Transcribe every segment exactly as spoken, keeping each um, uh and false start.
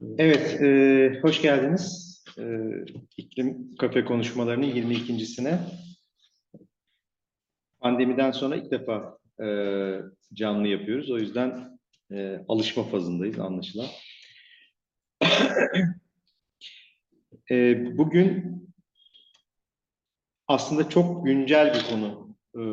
Evet, e, hoş geldiniz. E, İklim Kafe konuşmalarının yirmi ikincisine. Pandemiden sonra ilk defa e, canlı yapıyoruz. O yüzden e, alışma fazındayız anlaşılan. E, bugün aslında çok güncel bir konu e,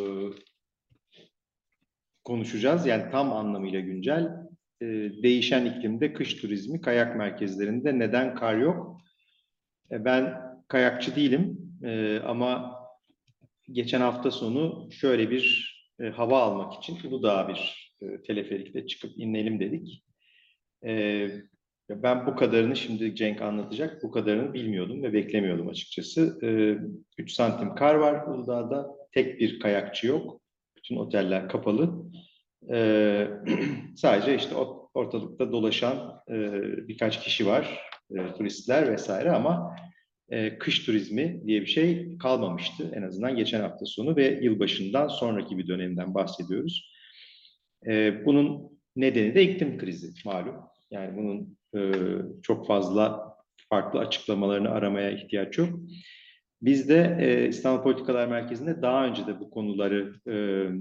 konuşacağız. Yani tam anlamıyla güncel. E, değişen iklimde kış turizmi, kayak merkezlerinde neden kar yok? E, ben kayakçı değilim e, ama geçen hafta sonu şöyle bir e, hava almak için Uludağ'a bir e, teleferikle çıkıp inelim dedik. E, Ben bu kadarını şimdi Cenk anlatacak. Bu kadarını bilmiyordum ve beklemiyordum açıkçası. E, üç santim kar var Uludağ'da. Tek bir kayakçı yok. Bütün oteller kapalı. E, Sadece işte ortalıkta dolaşan e, birkaç kişi var. E, turistler vesaire ama e, kış turizmi diye bir şey kalmamıştı. En azından geçen hafta sonu ve yılbaşından sonraki bir dönemden bahsediyoruz. E, bunun nedeni de iklim krizi malum. Yani bunun e, çok fazla farklı açıklamalarını aramaya ihtiyaç yok. Biz de e, İstanbul Politikalar Merkezi'nde daha önce de bu konuları e,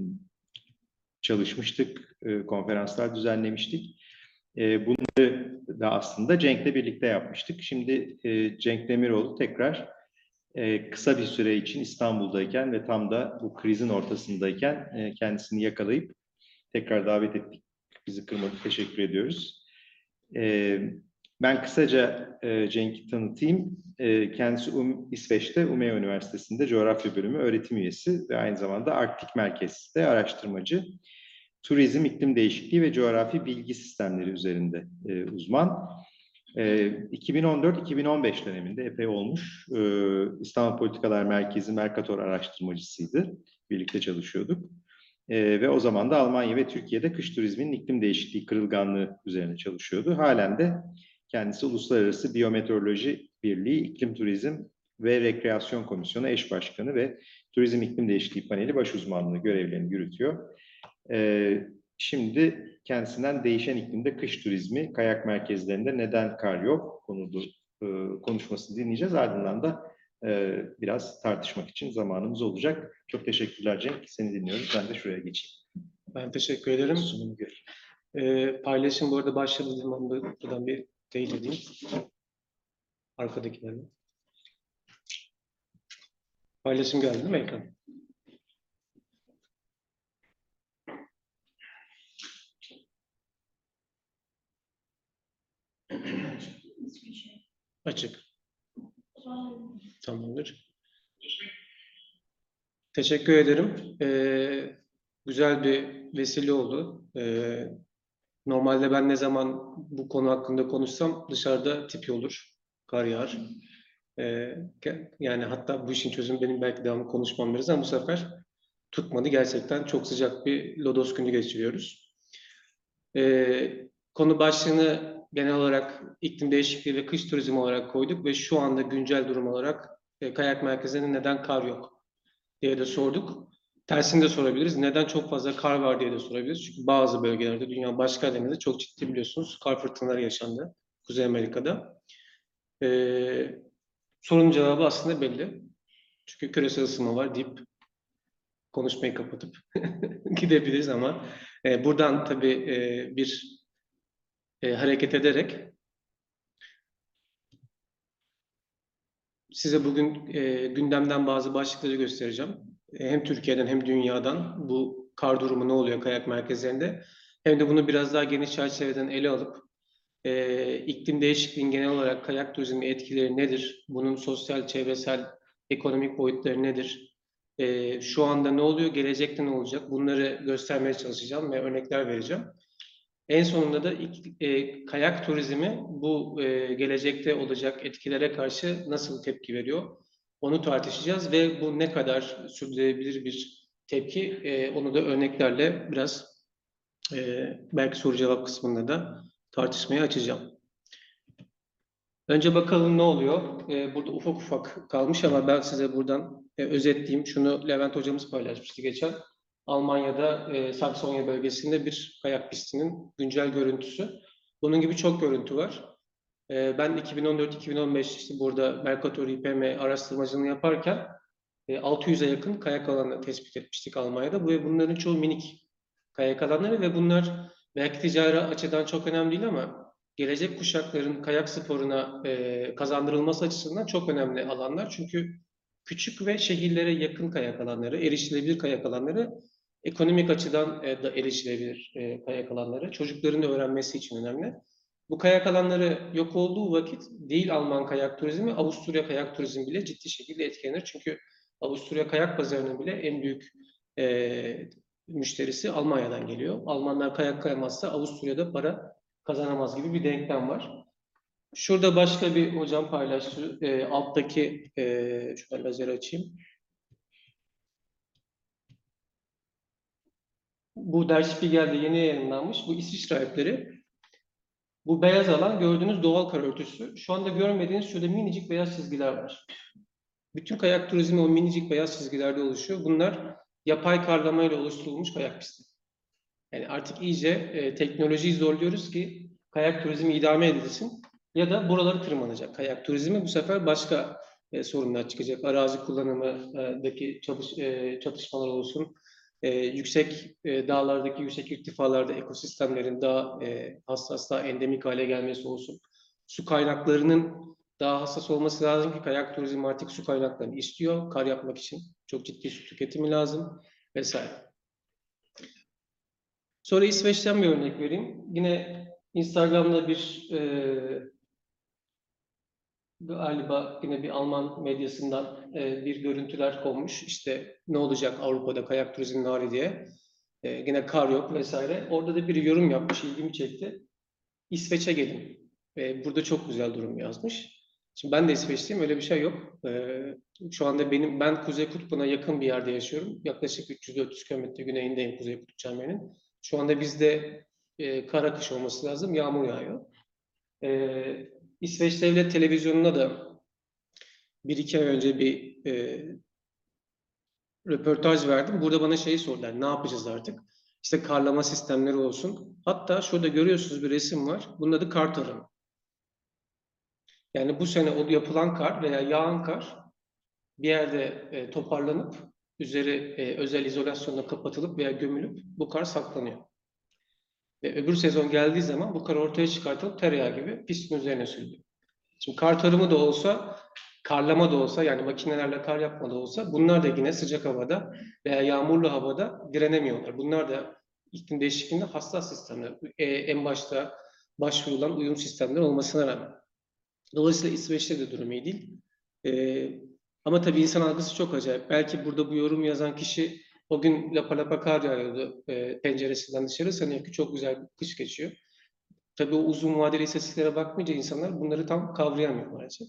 çalışmıştık, e, konferanslar düzenlemiştik. E, bunları da aslında Cenk'le birlikte yapmıştık. Şimdi e, Cenk Demiroğlu tekrar e, kısa bir süre için İstanbul'dayken ve tam da bu krizin ortasındayken e, kendisini yakalayıp tekrar davet ettik. Bizi kırmadı, teşekkür ediyoruz. E, Ben kısaca e, Cenk'i tanıtayım. E, kendisi um, İsveç'te Umeå Üniversitesi'nde coğrafya bölümü öğretim üyesi ve aynı zamanda Arktik Merkez'de araştırmacı. Turizm, iklim değişikliği ve coğrafi bilgi sistemleri üzerinde e, uzman. E, iki bin on dört iki bin on beş döneminde epey olmuş. E, İstanbul Politikalar Merkezi Mercator araştırmacısıydı. Birlikte çalışıyorduk. E, ve o zaman da Almanya ve Türkiye'de kış turizminin iklim değişikliği kırılganlığı üzerine çalışıyordu. Halen de kendisi Uluslararası Biyometeoroloji Birliği İklim Turizm ve Rekreasyon Komisyonu eş başkanı ve Turizm İklim Değişikliği Paneli baş uzmanlığı görevlerini yürütüyor. Ee, Şimdi kendisinden değişen iklimde kış turizmi, kayak merkezlerinde neden kar yok konudu, e, konuşmasını dinleyeceğiz. Ardından da e, biraz tartışmak için zamanımız olacak. Çok teşekkürler Cenk. Seni dinliyoruz. Ben de şuraya geçeyim. Ben teşekkür ederim. Sunumu gör. Ee, paylaşım bu arada başladığı zaman da buradan bir teyit edeyim. Arkadakilerle. Paylaşım geldi değil mi ekran? Açık. Tamamdır. Teşekkür ederim. Ee, güzel bir vesile oldu. Ee, normalde ben ne zaman bu konu hakkında konuşsam dışarıda tipi olur. Kar yağar. Ee, yani hatta bu işin çözümü benim belki devamlı konuşmam lazım ama bu sefer tutmadı. Gerçekten çok sıcak bir lodos günü geçiriyoruz. Ee, konu başlığını genel olarak iklim değişikliği ve kış turizmi olarak koyduk ve şu anda güncel durum olarak e, kayak merkezlerinde neden kar yok diye de sorduk. Tersini de sorabiliriz. Neden çok fazla kar var diye de sorabiliriz. Çünkü bazı bölgelerde, dünya başka yerlerinde çok ciddi biliyorsunuz kar fırtınaları yaşandı. Kuzey Amerika'da. Ee, sorunun cevabı aslında belli. Çünkü küresel ısınma var deyip konuşmayı kapatıp gidebiliriz ama e, buradan tabii e, bir e, hareket ederek size bugün e, gündemden bazı başlıkları göstereceğim. E, hem Türkiye'den hem dünyadan bu kar durumu ne oluyor kayak merkezlerinde hem de bunu biraz daha geniş çerçeveden ele alıp e, iklim değişikliğinin genel olarak kayak turizmi etkileri nedir? Bunun sosyal, çevresel, ekonomik boyutları nedir? E, şu anda ne oluyor, gelecekte ne olacak? Bunları göstermeye çalışacağım ve örnekler vereceğim. En sonunda da e, kayak turizmi bu e, gelecekte olacak etkilere karşı nasıl tepki veriyor? Onu tartışacağız ve bu ne kadar sürdürülebilir bir tepki? E, onu da örneklerle biraz e, belki soru cevap kısmında da tartışmaya açacağım. Önce bakalım ne oluyor? E, burada ufak ufak kalmış ama ben size buradan e, özetleyeyim. Şunu Levent hocamız paylaşmıştı geçen. Almanya'da e, Saksonya bölgesinde bir kayak pistinin güncel görüntüsü. Bunun gibi çok görüntü var. E, ben iki bin on dört iki bin on beş işte burada Mercator İ P M araştırmacılığını yaparken e, altı yüze yakın kayak alanı tespit etmiştik Almanya'da. Bu ve bunların çoğu minik kayak alanları ve bunlar belki ticari açıdan çok önemli değil ama gelecek kuşakların kayak sporuna e, kazandırılması açısından çok önemli alanlar. Çünkü küçük ve şehirlere yakın kayak alanları, erişilebilir kayak alanları, ekonomik açıdan e, da erişilebilir e, kayak alanları, çocukların da öğrenmesi için önemli. Bu kayak alanları yok olduğu vakit değil Alman kayak turizmi, Avusturya kayak turizmi bile ciddi şekilde etkilenir. Çünkü Avusturya kayak pazarının bile en büyük e, müşterisi Almanya'dan geliyor. Almanlar kayak kayamazsa Avusturya'da para kazanamaz gibi bir denklem var. Şurada başka bir hocam paylaştı. E, alttaki e, şöyle lazer açayım. Bu Der Spiegel'de yeni yayınlanmış. Bu İsviçre Alpleri. Bu beyaz alan gördüğünüz doğal kar örtüsü. Şu anda görmediğiniz şurada minicik beyaz çizgiler var. Bütün kayak turizmi o minicik beyaz çizgilerde oluşuyor. Bunlar yapay karlamayla oluşturulmuş kayak pisti. Yani artık iyice e, teknolojiyi zorluyoruz ki kayak turizmi idame edilsin ya da buraları tırmanacak. Kayak turizmi bu sefer başka e, sorunlar çıkacak. Arazi kullanımındaki çalış, e, çatışmalar olsun, e, yüksek e, dağlardaki yüksek irtifalarda ekosistemlerin daha e, hassas, daha endemik hale gelmesi olsun. Su kaynaklarının daha hassas olması lazım ki kayak turizmi artık su kaynaklarını istiyor. Kar yapmak için çok ciddi su tüketimi lazım vesaire. Sonra İsveç'ten bir örnek vereyim. Yine Instagram'da bir e, galiba yine bir Alman medyasından e, bir görüntüler konmuş. İşte ne olacak Avrupa'da kayak turizminin hali diye. E, yine kar yok vesaire. Orada da bir yorum yapmış, ilgimi çekti. İsveç'e gelin. E, burada çok güzel durum yazmış. Şimdi ben de İsveçliyim, öyle bir şey yok. E, şu anda benim ben Kuzey Kutbu'na yakın bir yerde yaşıyorum. Yaklaşık üç yüz dört yüz kilometre güneyindeyim Kuzey Kutup Çemberi'nin. Şu anda bizde e, kar akışı olması lazım, yağmur yağıyor. E, İsveç Devlet Televizyonu'na da bir iki ay önce bir e, röportaj verdim. Burada bana şeyi sordular, ne yapacağız artık? İşte karlama sistemleri olsun. Hatta şurada görüyorsunuz bir resim var. Bunun adı kar tarımı. Yani bu sene o yapılan kar veya yağan kar bir yerde e, toparlanıp üzeri e, özel izolasyonla kapatılıp veya gömülüp bu kar saklanıyor. Ve öbür sezon geldiği zaman bu kar ortaya çıkartılıp tereyağı gibi pistin üzerine sürülüyor. Şimdi kar tarımı da olsa, karlama da olsa yani makinelerle kar yapma da olsa bunlar da yine sıcak havada veya yağmurlu havada direnemiyorlar. Bunlar da iklim değişikliğinde hassas sistemler. E, en başta başvurulan uyum sistemleri olmasına rağmen. Dolayısıyla İsveç'te de durum iyi değil. Ee, ama tabii insan algısı çok acayip. Belki burada bu yorum yazan kişi o gün lapa lapa kar yağıyordu e, penceresinden dışarı sanıyor ki çok güzel bir kış geçiyor. Tabii o uzun vadeli istatistiklere bakmayınca insanlar bunları tam kavrayamıyor maalesef.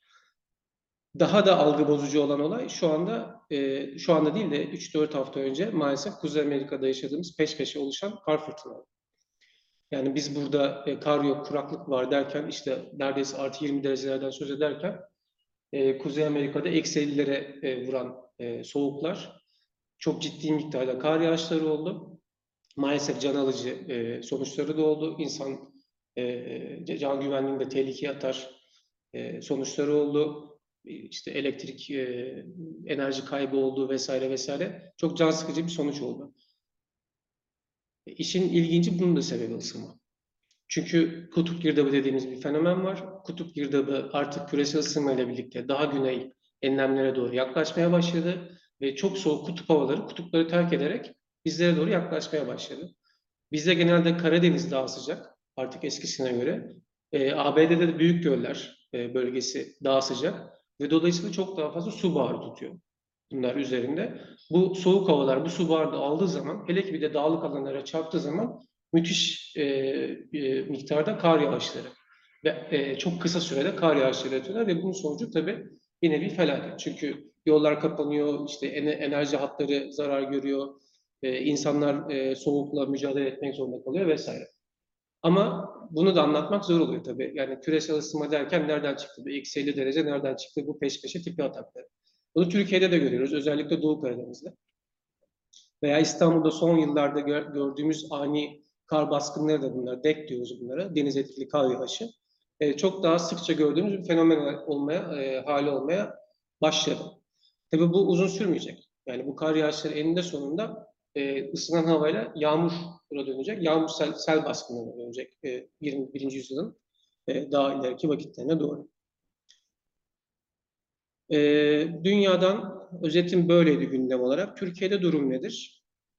Daha da algı bozucu olan olay şu anda e, şu anda değil de üç dört hafta önce maalesef Kuzey Amerika'da yaşadığımız peş peşe oluşan kar fırtınaları. Yani biz burada e, kar yok, kuraklık var derken işte neredeyse artı yirmi derecelerden söz ederken e, Kuzey Amerika'da eksi ellilere e, vuran e, soğuklar, çok ciddi miktarda kar yağışları oldu. Maalesef can alıcı e, sonuçları da oldu. İnsan e, can güvenliğinde tehlikeye atar e, sonuçları oldu. İşte elektrik, e, enerji kaybı oldu vesaire vesaire. Çok can sıkıcı bir sonuç oldu. E, işin ilginci bunun da sebebi ısınma. Çünkü kutup girdabı dediğimiz bir fenomen var. Kutup girdabı artık küresel ısınma ile birlikte daha güney enlemlere doğru yaklaşmaya başladı ve çok soğuk kutup havaları kutupları terk ederek bizlere doğru yaklaşmaya başladı. Bizde genelde Karadeniz daha sıcak artık eskisine göre. E, A B D'de de büyük göller e, bölgesi daha sıcak ve dolayısıyla çok daha fazla su buharı tutuyor bunlar üzerinde. Bu soğuk havalar bu su buharı da aldığı zaman hele ki bir de dağlık alanlara çarptığı zaman müthiş e, e, miktarda kar yağışları ve e, çok kısa sürede kar yağışları yapıyorlar ve bunun sonucu tabii yine bir felaket. Çünkü yollar kapanıyor, işte enerji hatları zarar görüyor, e, insanlar e, soğukla mücadele etmek zorunda kalıyor vesaire. Ama bunu da anlatmak zor oluyor tabii. Yani küresel ısınma derken nereden çıktı? Bu eksi elli derece nereden çıktı bu peş peşe tipi atakları? Bunu Türkiye'de de görüyoruz. Özellikle Doğu Karadeniz'de. Veya İstanbul'da son yıllarda gör, gördüğümüz ani kar baskınları da bunlar. D E K diyoruz bunlara. Deniz etkili kar yağışı. e, çok daha sıkça gördüğümüz bir fenomen olmaya, e, hali olmaya başladı. Tabii bu uzun sürmeyecek. Yani bu kar yağışları eninde sonunda e, ısınan havayla yağmura dönecek. Yağmur sel, sel baskınına dönecek e, yirmi birinci yüzyılın e, daha ileriki vakitlerine doğru. E, Dünyadan özetim böyleydi gündem olarak. Türkiye'de durum nedir?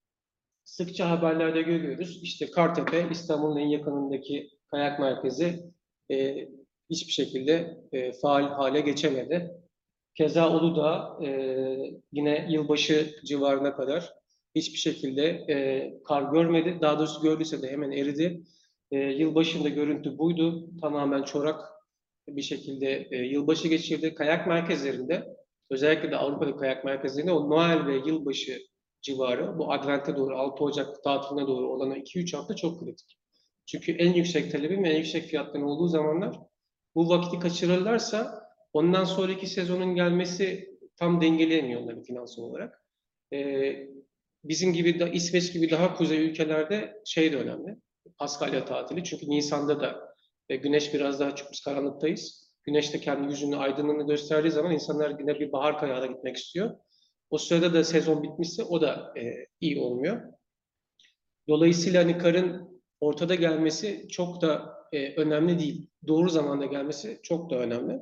Sıkça haberlerde görüyoruz. İşte Kartepe, İstanbul'un en yakınındaki kayak merkezi e, hiçbir şekilde e, faal hale geçemedi. Keza Uludağ e, yine yılbaşı civarına kadar hiçbir şekilde e, kar görmedi. Daha doğrusu gördüyse de hemen eridi. E, yılbaşında görüntü buydu. Tamamen çorak bir şekilde e, yılbaşı geçirdi. Kayak merkezlerinde, özellikle de Avrupa'daki kayak merkezlerinde o Noel ve yılbaşı civarı, bu Advent'e doğru, altı Ocak tatiline doğru olan iki üç hafta çok kritik. Çünkü en yüksek talebin ve en yüksek fiyatların olduğu zamanlar, bu vakti kaçırırlarsa ondan sonraki sezonun gelmesi tam dengeleyemiyor onları finansal olarak. Ee, Bizim gibi de İsveç gibi daha kuzey ülkelerde şey de önemli. Paskalya tatili. Çünkü Nisan'da da e, güneş biraz daha çok, biz karanlıktayız. Güneş de kendi yüzünü, aydınlığını gösterdiği zaman insanlar yine bir bahar kayağına gitmek istiyor. O sırada da sezon bitmişse o da e, iyi olmuyor. Dolayısıyla hani karın ortada gelmesi çok da e, önemli değil. Doğru zamanda gelmesi çok da önemli.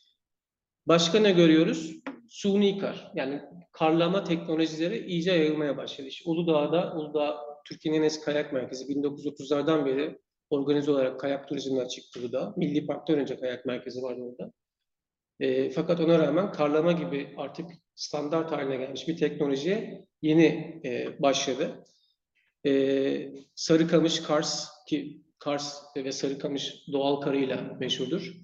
Başka ne görüyoruz? Suni kar. Yani karlama teknolojileri iyice yayılmaya başladı. İşte Uludağ'da, Uludağ Türkiye'nin en eski kayak merkezi. bin dokuz yüz otuzlardan beri organize olarak kayak turizmine çıktı Uludağ. Milli Park'tan önce kayak merkezi vardı orada. E, fakat ona rağmen karlama gibi artık standart haline gelmiş bir teknolojiye yeni e, başladı. E, Sarıkamış, Kars ki Kars ve Sarıkamış doğal karıyla meşhurdur.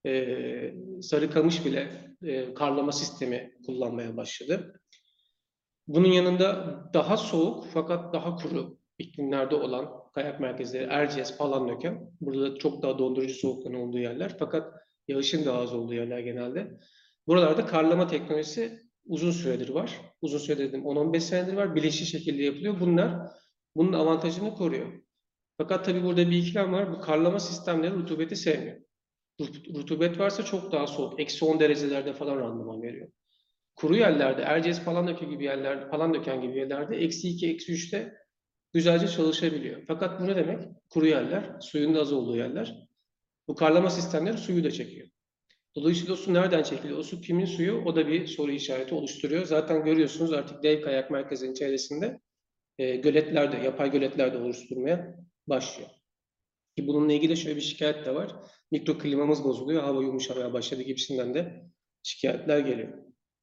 E, Sarıkamış bile e, karlama sistemi kullanmaya başladı. Bunun yanında daha soğuk fakat daha kuru iklimlerde olan kayak merkezleri Erciyes, Palandöken. Burada da çok daha dondurucu soğukların olduğu yerler fakat yağışın daha az olduğu yerler genelde. Buralarda karlama teknolojisi uzun süredir var. Uzun süredir dedim on on beş senedir var. Bilinçli şekilde yapılıyor. Bunlar bunun avantajını koruyor. Fakat tabii burada bir ikilem var. Bu karlama sistemleri rutubeti sevmiyor. Rutubet varsa çok daha soğuk. Eksi on derecelerde falan randıman veriyor. Kuru yerlerde, Erciyes Palandöken gibi yerlerde, Palandöken gibi yerlerde eksi iki, eksi üçte güzelce çalışabiliyor. Fakat bu ne demek? Kuru yerler, suyun da az olduğu yerler. Bu karlama sistemleri suyu da çekiyor. Dolayısıyla o su nereden çekiliyor? O su kimin suyu? O da bir soru işareti oluşturuyor. Zaten görüyorsunuz artık dev kayak merkezinin çevresinde e, göletler de, yapay göletler de oluşturmaya başlıyor. Ki bununla ilgili şöyle bir şikayet de var. Mikroklimamız bozuluyor, hava yumuşamaya başladı gibisinden de şikayetler geliyor.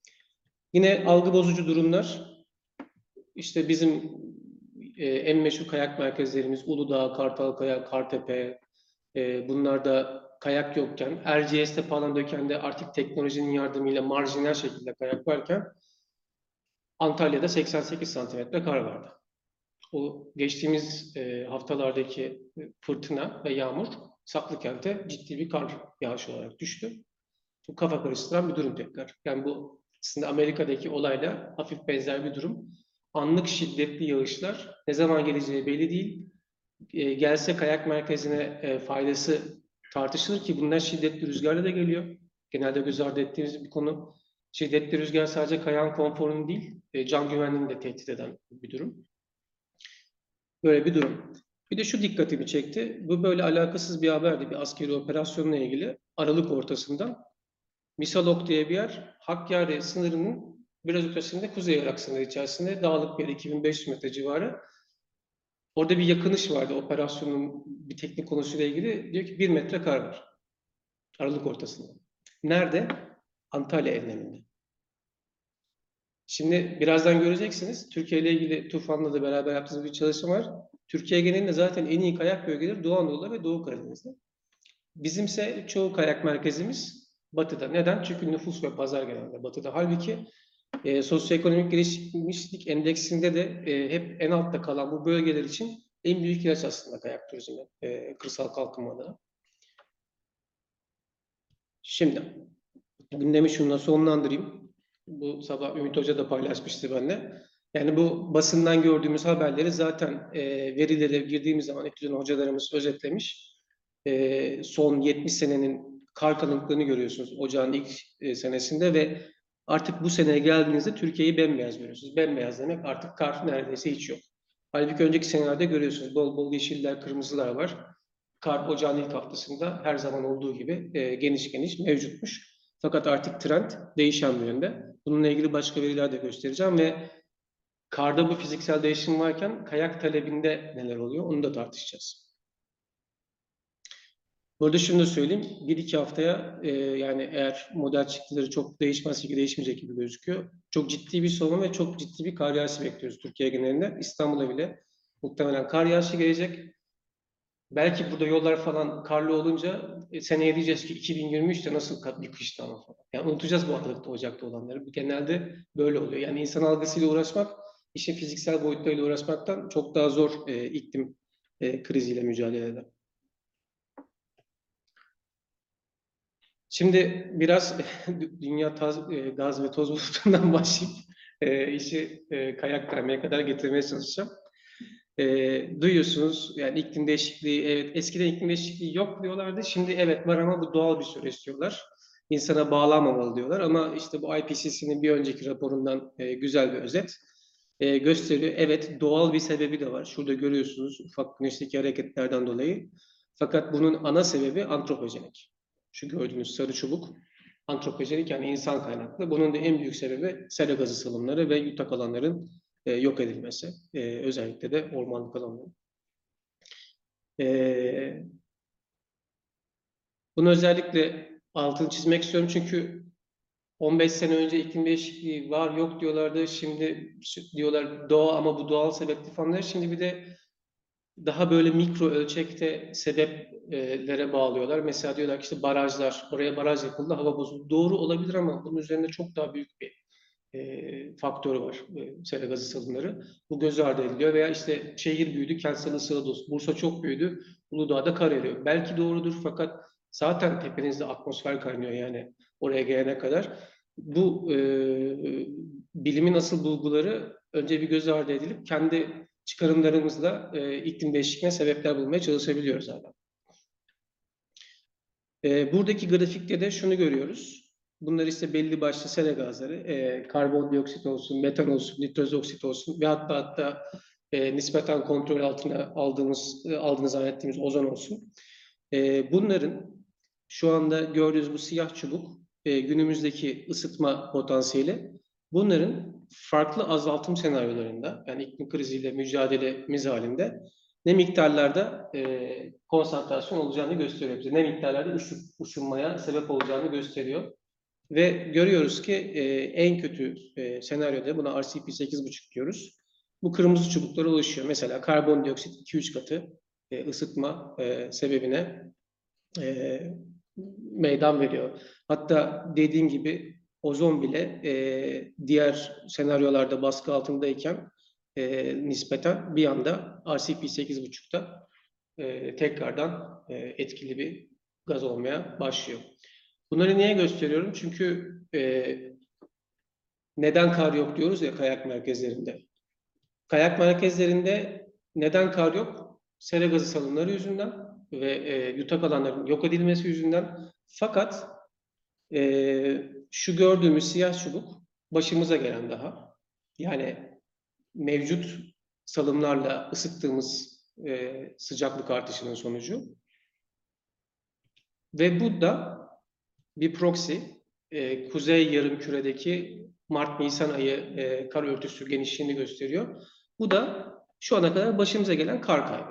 Yine algı bozucu durumlar. İşte bizim e, en meşhur kayak merkezlerimiz Uludağ, Kartalkaya, Kartepe. E, bunlarda kayak yokken, Erciyes'te Palandöken'de artık teknolojinin yardımıyla marjinal şekilde kayak varken Antalya'da seksen sekiz santimetre kar vardı. O geçtiğimiz e, haftalardaki fırtına ve yağmur Saklıkent'e ciddi bir kar yağışı olarak düştü. Bu kafa karıştıran bir durum tekrar. Yani bu aslında Amerika'daki olayla hafif benzer bir durum. Anlık şiddetli yağışlar ne zaman geleceği belli değil. E, gelse kayak merkezine e, faydası tartışılır ki bunlar şiddetli rüzgarla da geliyor. Genelde göz ardı ettiğimiz bir konu. Şiddetli rüzgar sadece kayağın konforunu değil, e, can güvenliğini de tehdit eden bir durum. Böyle bir durum. Bir de şu dikkatimi çekti. Bu böyle alakasız bir haberdi. Bir askeri operasyonla ilgili Aralık ortasında Misalok diye bir yer, Hakkari sınırının biraz ötesinde, Kuzey Irak sınırı içerisinde dağlık bir yer, iki bin beş yüz metre civarı. Orada bir yakınış vardı operasyonun bir teknik konusuyla ilgili. Diyor ki bir metre kar var. Aralık ortasında. Nerede? Antalya enleminde. Şimdi birazdan göreceksiniz. Türkiye ile ilgili Tufan'la da beraber yaptığımız bir çalışma var. Türkiye genelinde zaten en iyi kayak bölgeleri Doğu Anadolu'da ve Doğu Karadeniz'de. Bizimse çoğu kayak merkezimiz batıda. Neden? Çünkü nüfus ve pazar genelde batıda. Halbuki e, sosyoekonomik gelişmişlik endeksinde de e, hep en altta kalan bu bölgeler için en büyük ilaç aslında kayak turizmi, e, kırsal kalkınma adına. Şimdi gündemi şununla sonlandırayım. Bu sabah Ümit Hoca da paylaşmıştı benimle. Yani bu basından gördüğümüz haberleri zaten e, verilere girdiğimiz zaman ekleyen hocalarımız özetlemiş. e, son yetmiş senenin kar kalınlıklarını görüyorsunuz ocağın ilk e, senesinde ve artık bu seneye geldiğinizde Türkiye'yi bembeyaz görüyorsunuz. Bembeyaz demek artık kar neredeyse hiç yok. Halbuki önceki senelerde görüyorsunuz bol bol yeşiller, kırmızılar var. Kar ocağın ilk haftasında her zaman olduğu gibi e, geniş geniş mevcutmuş. Fakat artık trend değişen bir yönde. Bununla ilgili başka veriler de göstereceğim ve karda bu fiziksel değişim varken kayak talebinde neler oluyor onu da tartışacağız. Burada şunu da söyleyeyim. Bir iki haftaya e, yani eğer model çıktıları çok değişmezse ki değişmeyecek gibi gözüküyor. Çok ciddi bir soğuma ve çok ciddi bir kar yağışı bekliyoruz Türkiye genelinde. İstanbul'a bile muhtemelen kar yağışı gelecek. Belki burada yollar falan karlı olunca e, seneye diyeceğiz ki iki bin yirmi üçte nasıl bir kıştı ama falan. Yani unutacağız bu Aralık'ta, Ocak'ta olanları. Genelde böyle oluyor. Yani insan algısıyla uğraşmak, işin fiziksel boyutlarıyla uğraşmaktan çok daha zor e, iklim e, kriziyle mücadelede. Şimdi biraz dünya taz, e, gaz ve toz bulutundan başlayıp e, işi e, kayak kaymaya kadar getirmeye çalışacağım. E, duyuyorsunuz yani iklim değişikliği, evet eskiden iklim değişikliği yok diyorlardı. Şimdi evet var ama bu doğal bir süreç diyorlar. İnsana bağlanmamalı diyorlar ama işte bu I P C C'nin bir önceki raporundan e, güzel bir özet e, gösteriyor. Evet doğal bir sebebi de var. Şurada görüyorsunuz ufak güneşteki hareketlerden dolayı. Fakat bunun ana sebebi antropojenik. Şu gördüğünüz sarı çubuk antropojenik yani insan kaynaklı. Bunun da en büyük sebebi sera gazı salımları ve yutak alanların e, yok edilmesi. E, özellikle de ormanlık alanların. E, bunu özellikle altını çizmek istiyorum çünkü on beş sene önce iklim değişikliği var yok diyorlardı. Şimdi diyorlar doğa ama bu doğal sebepli falan. Şimdi bir de daha böyle mikro ölçekte sebeplere bağlıyorlar. Mesela diyorlar ki işte barajlar, oraya baraj yapıldı, hava bozuldu. Doğru olabilir ama bunun üzerinde çok daha büyük bir e, faktörü var. E, sera gazı salımları. Bu göz ardı ediliyor veya işte şehir büyüdü, kentsel ısığa dost. Bursa çok büyüdü, Uludağ'da kar eriyor. Belki doğrudur fakat zaten tepenizde atmosfer kaynıyor yani oraya gelene kadar. Bu e, bilimin asıl bulguları önce bir göz ardı edilip kendi çıkarımlarımızla e, iklim değişikliğine sebepler bulmaya çalışabiliyoruz zaten. E, buradaki grafikte de şunu görüyoruz. Bunlar işte belli başlı sera gazları. E, karbondioksit olsun, metan olsun, nitroz oksit olsun ve hatta hatta e, nispeten kontrol altına aldığımız, e, aldığını zannettiğimiz ozon olsun. E, bunların şu anda gördüğünüz bu siyah çubuk e, günümüzdeki ısıtma potansiyeli. Bunların farklı azaltım senaryolarında yani iklim kriziyle mücadelemiz halinde ne miktarlarda e, konsantrasyon olacağını gösteriyor bize. Ne miktarlarda ısı, ısınmaya sebep olacağını gösteriyor. Ve görüyoruz ki e, en kötü e, senaryoda buna R C P sekiz buçuk diyoruz. Bu kırmızı çubuklar oluşuyor. Mesela karbondioksit iki üç katı e, ısıtma e, sebebine e, meydan veriyor. Hatta dediğim gibi ozon bile e, diğer senaryolarda baskı altındayken e, nispeten bir anda R C P sekiz buçukta e, tekrardan e, etkili bir gaz olmaya başlıyor. Bunları niye gösteriyorum? Çünkü e, neden kar yok diyoruz ya kayak merkezlerinde. Kayak merkezlerinde neden kar yok? Sera gazı salımları yüzünden ve e, yutak alanların yok edilmesi yüzünden. Fakat e, şu gördüğümüz siyah çubuk başımıza gelen daha. Yani mevcut salımlarla ısıttığımız e, sıcaklık artışının sonucu. Ve bu da bir proxy. E, kuzey yarımküredeki Mart-Nisan ayı e, kar örtüsü genişliğini gösteriyor. Bu da şu ana kadar başımıza gelen kar kaybı.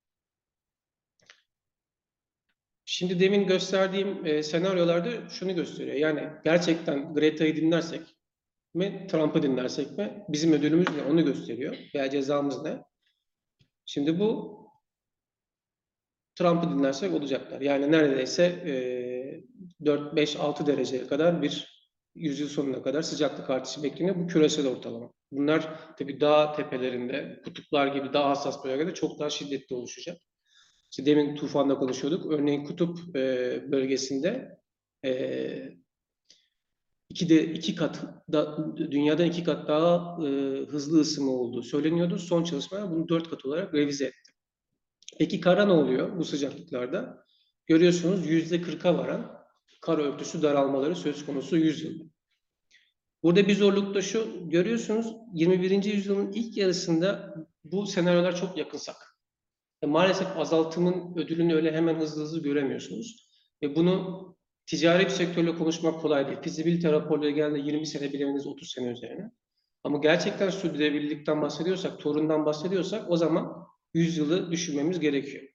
Şimdi demin gösterdiğim e, senaryolarda şunu gösteriyor. Yani gerçekten Greta'yı dinlersek mi, Trump'ı dinlersek mi, bizim ödülümüz ne onu gösteriyor. Veya cezamız ne? Şimdi bu Trump'ı dinlersek olacaklar. Yani neredeyse e, dört, beş, altı dereceye kadar bir yüzyıl sonuna kadar sıcaklık artışı bekleniyor. Bu küresel ortalama. Bunlar tabii dağ tepelerinde, kutuplar gibi daha hassas bölgelerde çok daha şiddetli oluşacak. İşte demin tufanda konuşuyorduk. Örneğin kutup e, bölgesinde e, iki de iki kat da, dünyadan iki kat daha e, hızlı ısınma olduğu söyleniyordu. Son çalışmalar bunu dört kat olarak revize etti. Peki kara ne oluyor bu sıcaklıklarda? görüyorsunuz yüzde kırka varan kar örtüsü daralmaları söz konusu yüz yılda. Burada bir zorluk da şu, görüyorsunuz yirmi birinci yüzyılın ilk yarısında bu senaryolar çok yakınsak. E, maalesef azaltımın ödülünü öyle hemen hızlı hızlı göremiyorsunuz. Ve bunu ticari bir sektörle konuşmak kolay değil. Fizibilite raporları geldiğinde yirmi sene bilemeniz otuz sene üzerine. Ama gerçekten sürdürülebilirlikten bahsediyorsak, torundan bahsediyorsak o zaman yüz yılı düşünmemiz gerekiyor.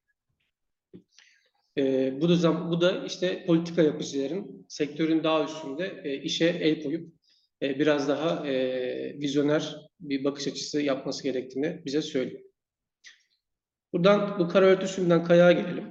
E, bu da bu da işte politika yapıcıların sektörün daha üstünde e, işe el koyup e, biraz daha e, vizyoner bir bakış açısı yapması gerektiğini bize söylüyor. Buradan bu kara örtüsünden kayağa gelelim.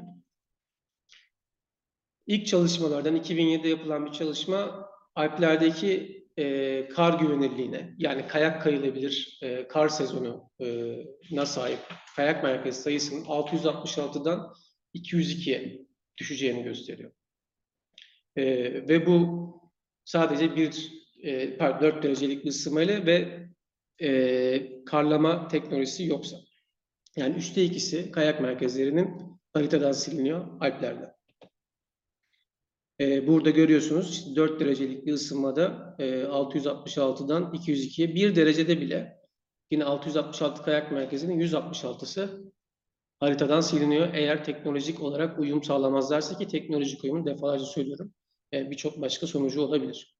İlk çalışmalardan iki bin yedide yapılan bir çalışma Alplerdeki e, kar güvenilirliğine, yani kayak kayılabilir e, kar sezonuna sahip kayak merkezi sayısının altı yüz altmış altıdan iki yüz ikiye düşeceğini gösteriyor. E, ve bu sadece bir e, pardon, dört derecelik bir ısınmayla ve e, karlama teknolojisi yoksa. Yani üçte ikisi kayak merkezlerinin haritadan siliniyor Alplerde. Ee, burada görüyorsunuz işte dört derecelik bir ısınmada e, altı yüz altmış altıdan iki yüz ikiye bir derecede bile yine altı yüz altmış altı kayak merkezinin yüz altmış altısı haritadan siliniyor. Eğer teknolojik olarak uyum sağlamazlarsa, ki teknolojik uyumun defalarca söylüyorum e, birçok başka sonucu olabilir.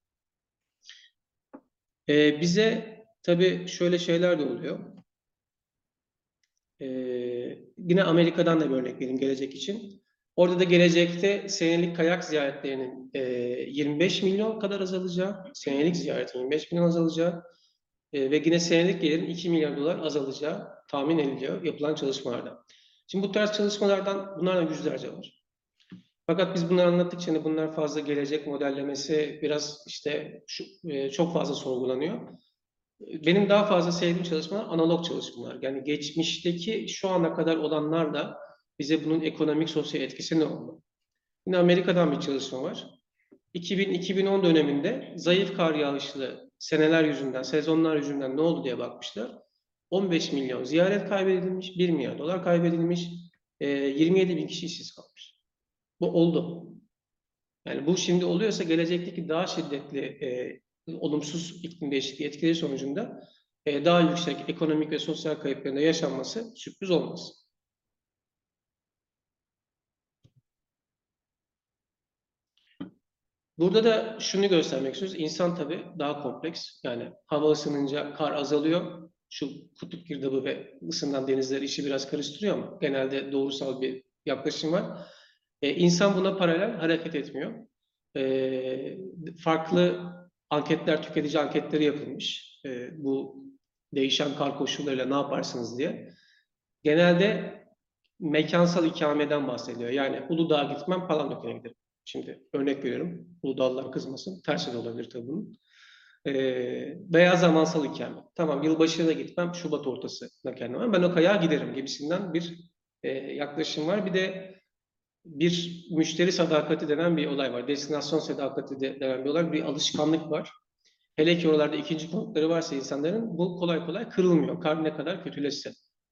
E, bize tabii şöyle şeyler de oluyor. E, yine Amerika'dan da bir örnek vereyim gelecek için. Orada da gelecekte senelik kayak ziyaretlerinin e, yirmi beş milyon kadar azalacağı, senelik ziyaretin yirmi beş milyon azalacağı e, ve yine senelik gelirin iki milyar dolar azalacağı tahmin ediliyor yapılan çalışmalarda. Şimdi bu tarz çalışmalardan bunlardan yüzlerce var. Fakat biz bunları anlattıkça hani bunlar fazla gelecek modellemesi biraz işte şu, e, çok fazla sorgulanıyor. Benim daha fazla sevdiğim çalışmalar analog çalışmalar. Yani geçmişteki şu ana kadar olanlarla bize bunun ekonomik, sosyal etkisi ne oldu? Yine Amerika'dan bir çalışma var. iki bin iki bin on döneminde zayıf kar yağışlı seneler yüzünden, sezonlar yüzünden ne oldu diye bakmışlar. on beş milyon ziyaret kaybedilmiş, bir milyar dolar kaybedilmiş, yirmi yedi bin kişi işsiz kalmış. Bu oldu. Yani bu şimdi oluyorsa gelecekteki daha şiddetli e, olumsuz iklim değişikliği etkileri sonucunda e, daha yüksek ekonomik ve sosyal kayıpların yaşanması sürpriz olmaz. Burada da şunu göstermek istiyoruz. İnsan tabii daha kompleks. Yani hava ısınınca kar azalıyor. Şu kutup girdabı ve ısınan denizler işi biraz karıştırıyor ama genelde doğrusal bir yaklaşım var. E, insan buna paralel hareket etmiyor. E, farklı anketler, tüketici anketleri yapılmış. E, bu değişen kar koşullarıyla ne yaparsınız diye. Genelde mekansal ikameden bahsediyor. Yani Uludağ'a gitmem, Palandöken'e giderim. Şimdi örnek veriyorum. Uludağlılar kızmasın. Tersi de olabilir tabii bunun. Ee, veya zamansal ikamet. Tamam, yılbaşına gitmem, Şubat ortasına kendime. Ben o kayağa giderim gibisinden bir e, yaklaşım var. Bir de bir müşteri sadakati denen bir olay var. Destinasyon sadakati de, denen bir olay. Bir alışkanlık var. Hele ki oralarda ikinci konutları varsa insanların bu kolay kolay kırılmıyor. Kar ne kadar kötüleşse.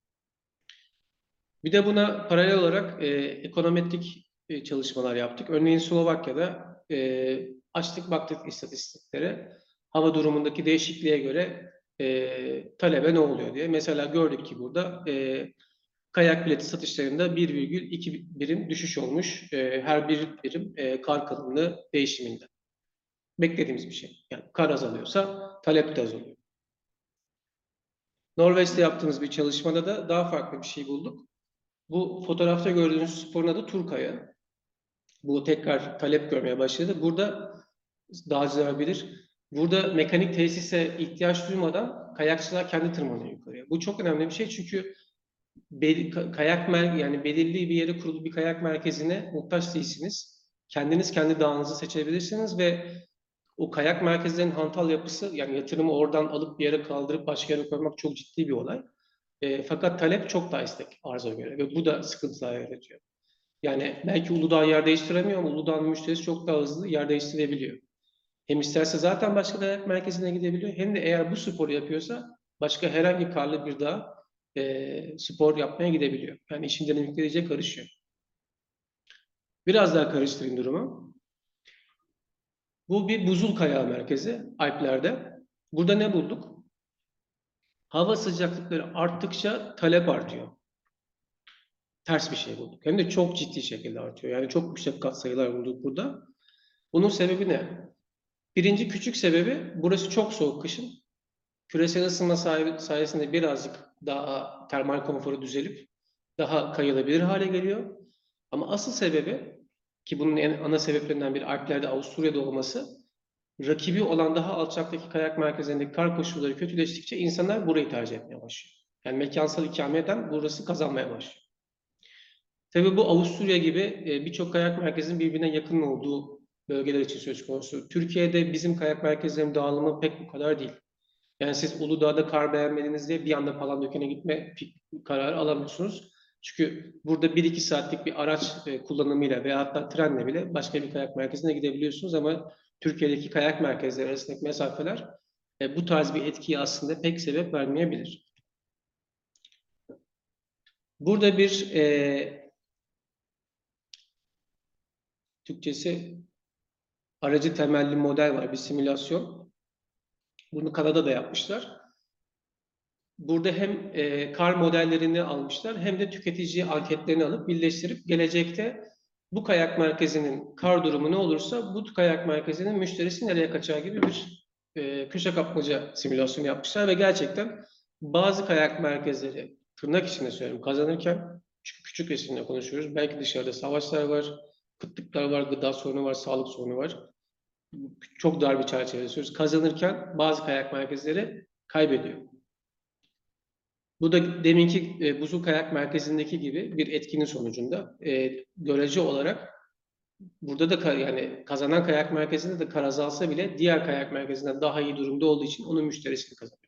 Bir de buna paralel olarak e, ekonometrik e, çalışmalar yaptık. Örneğin Slovakya'da e, açtık baktık istatistiklere. Hava durumundaki değişikliğe göre e, talebe ne oluyor diye. Mesela gördük ki burada e, kayak bileti satışlarında bir virgül iki birim düşüş olmuş. E, her bir birim e, kar kalınlığı değişiminde. Beklediğimiz bir şey. Yani kar azalıyorsa talep de azalıyor. Norveç'te yaptığımız bir çalışmada da daha farklı bir şey bulduk. Bu fotoğrafta gördüğünüz sporun adı Turkaya. Bu tekrar talep görmeye başladı. Burada dağcılar bilir. Burada mekanik tesise ihtiyaç duymadan kayakçılar kendi tırmanıyor yukarıya. Bu çok önemli bir şey çünkü be, kayak mer yani belirli bir yere kurulu bir kayak merkezine muhtaç değilsiniz. Kendiniz kendi dağınızı seçebilirsiniz ve o kayak merkezlerinin hantal yapısı, yani yatırımı oradan alıp bir yere kaldırıp başka yere koymak çok ciddi bir olay. E, fakat talep çok daha istek arza göre ve bu da sıkıntılar yaratıyor. Yani belki Uludağ yer değiştiremiyor ama Uludağ'ın müşterisi çok daha hızlı yer değiştirebiliyor. Hem isterse zaten başka dayak merkezine gidebiliyor hem de eğer bu sporu yapıyorsa başka herhangi karlı bir dağ e, spor yapmaya gidebiliyor. Yani işin dinamikleri iyice karışıyor. Biraz daha karıştırayım durumu. Bu bir buzul kayağı merkezi Alplerde. Burada ne bulduk? Hava sıcaklıkları arttıkça talep artıyor. Ters bir şey bulduk. Hem de çok ciddi şekilde artıyor. Yani çok yüksek katsayılar bulduk burada. Bunun sebebi ne? Birinci küçük sebebi burası çok soğuk kışın. Küresel ısınma sayesinde birazcık daha termal konforu düzelip daha kayılabilir hale geliyor. Ama asıl sebebi ki bunun en ana sebeplerinden biri Alplerde Avusturya'da olması rakibi olan daha alçaktaki kayak merkezlerindeki kar koşulları kötüleştikçe insanlar burayı tercih etmeye başlıyor. Yani mekansal ikameden burası kazanmaya başlıyor. Tabii bu Avusturya gibi e, birçok kayak merkezinin birbirine yakın olduğu bölgeler için söz konusu. Türkiye'de bizim kayak merkezlerinin dağılımı pek bu kadar değil. Yani siz Uludağ'da kar beğenmediniz diye bir anda Palandöken'e gitme kararı alamıyorsunuz. Çünkü burada bir iki saatlik bir araç e, kullanımıyla veya hatta trenle bile başka bir kayak merkezine gidebiliyorsunuz ama Türkiye'deki kayak merkezleri arasındaki mesafeler e, bu tarz bir etkiyi aslında pek sebep vermeyebilir. Burada bir e, Türkçesi aracı temelli model var, bir simülasyon. Bunu Kanada'da yapmışlar. Burada hem e, kar modellerini almışlar hem de tüketici anketlerini alıp birleştirip gelecekte bu kayak merkezinin kar durumu ne olursa bu kayak merkezinin müşterisi nereye kaçacağı gibi bir e, köşe kapmaca simülasyonu yapmışlar ve gerçekten bazı kayak merkezleri tırnak içinde söylüyorum kazanırken çünkü küçük resimle konuşuyoruz. Belki dışarıda savaşlar var, kıtlıklar var, gıda sorunu var, sağlık sorunu var. Çok dar bir çerçevede söylüyoruz. Kazanırken bazı kayak merkezleri kaybediyor. Bu da deminki e, buzul kayak merkezindeki gibi bir etkinin sonucunda e, görece olarak burada da yani kazanan kayak merkezinde de kar azalsa bile diğer kayak merkezinden daha iyi durumda olduğu için onun müşterisini kazanıyor.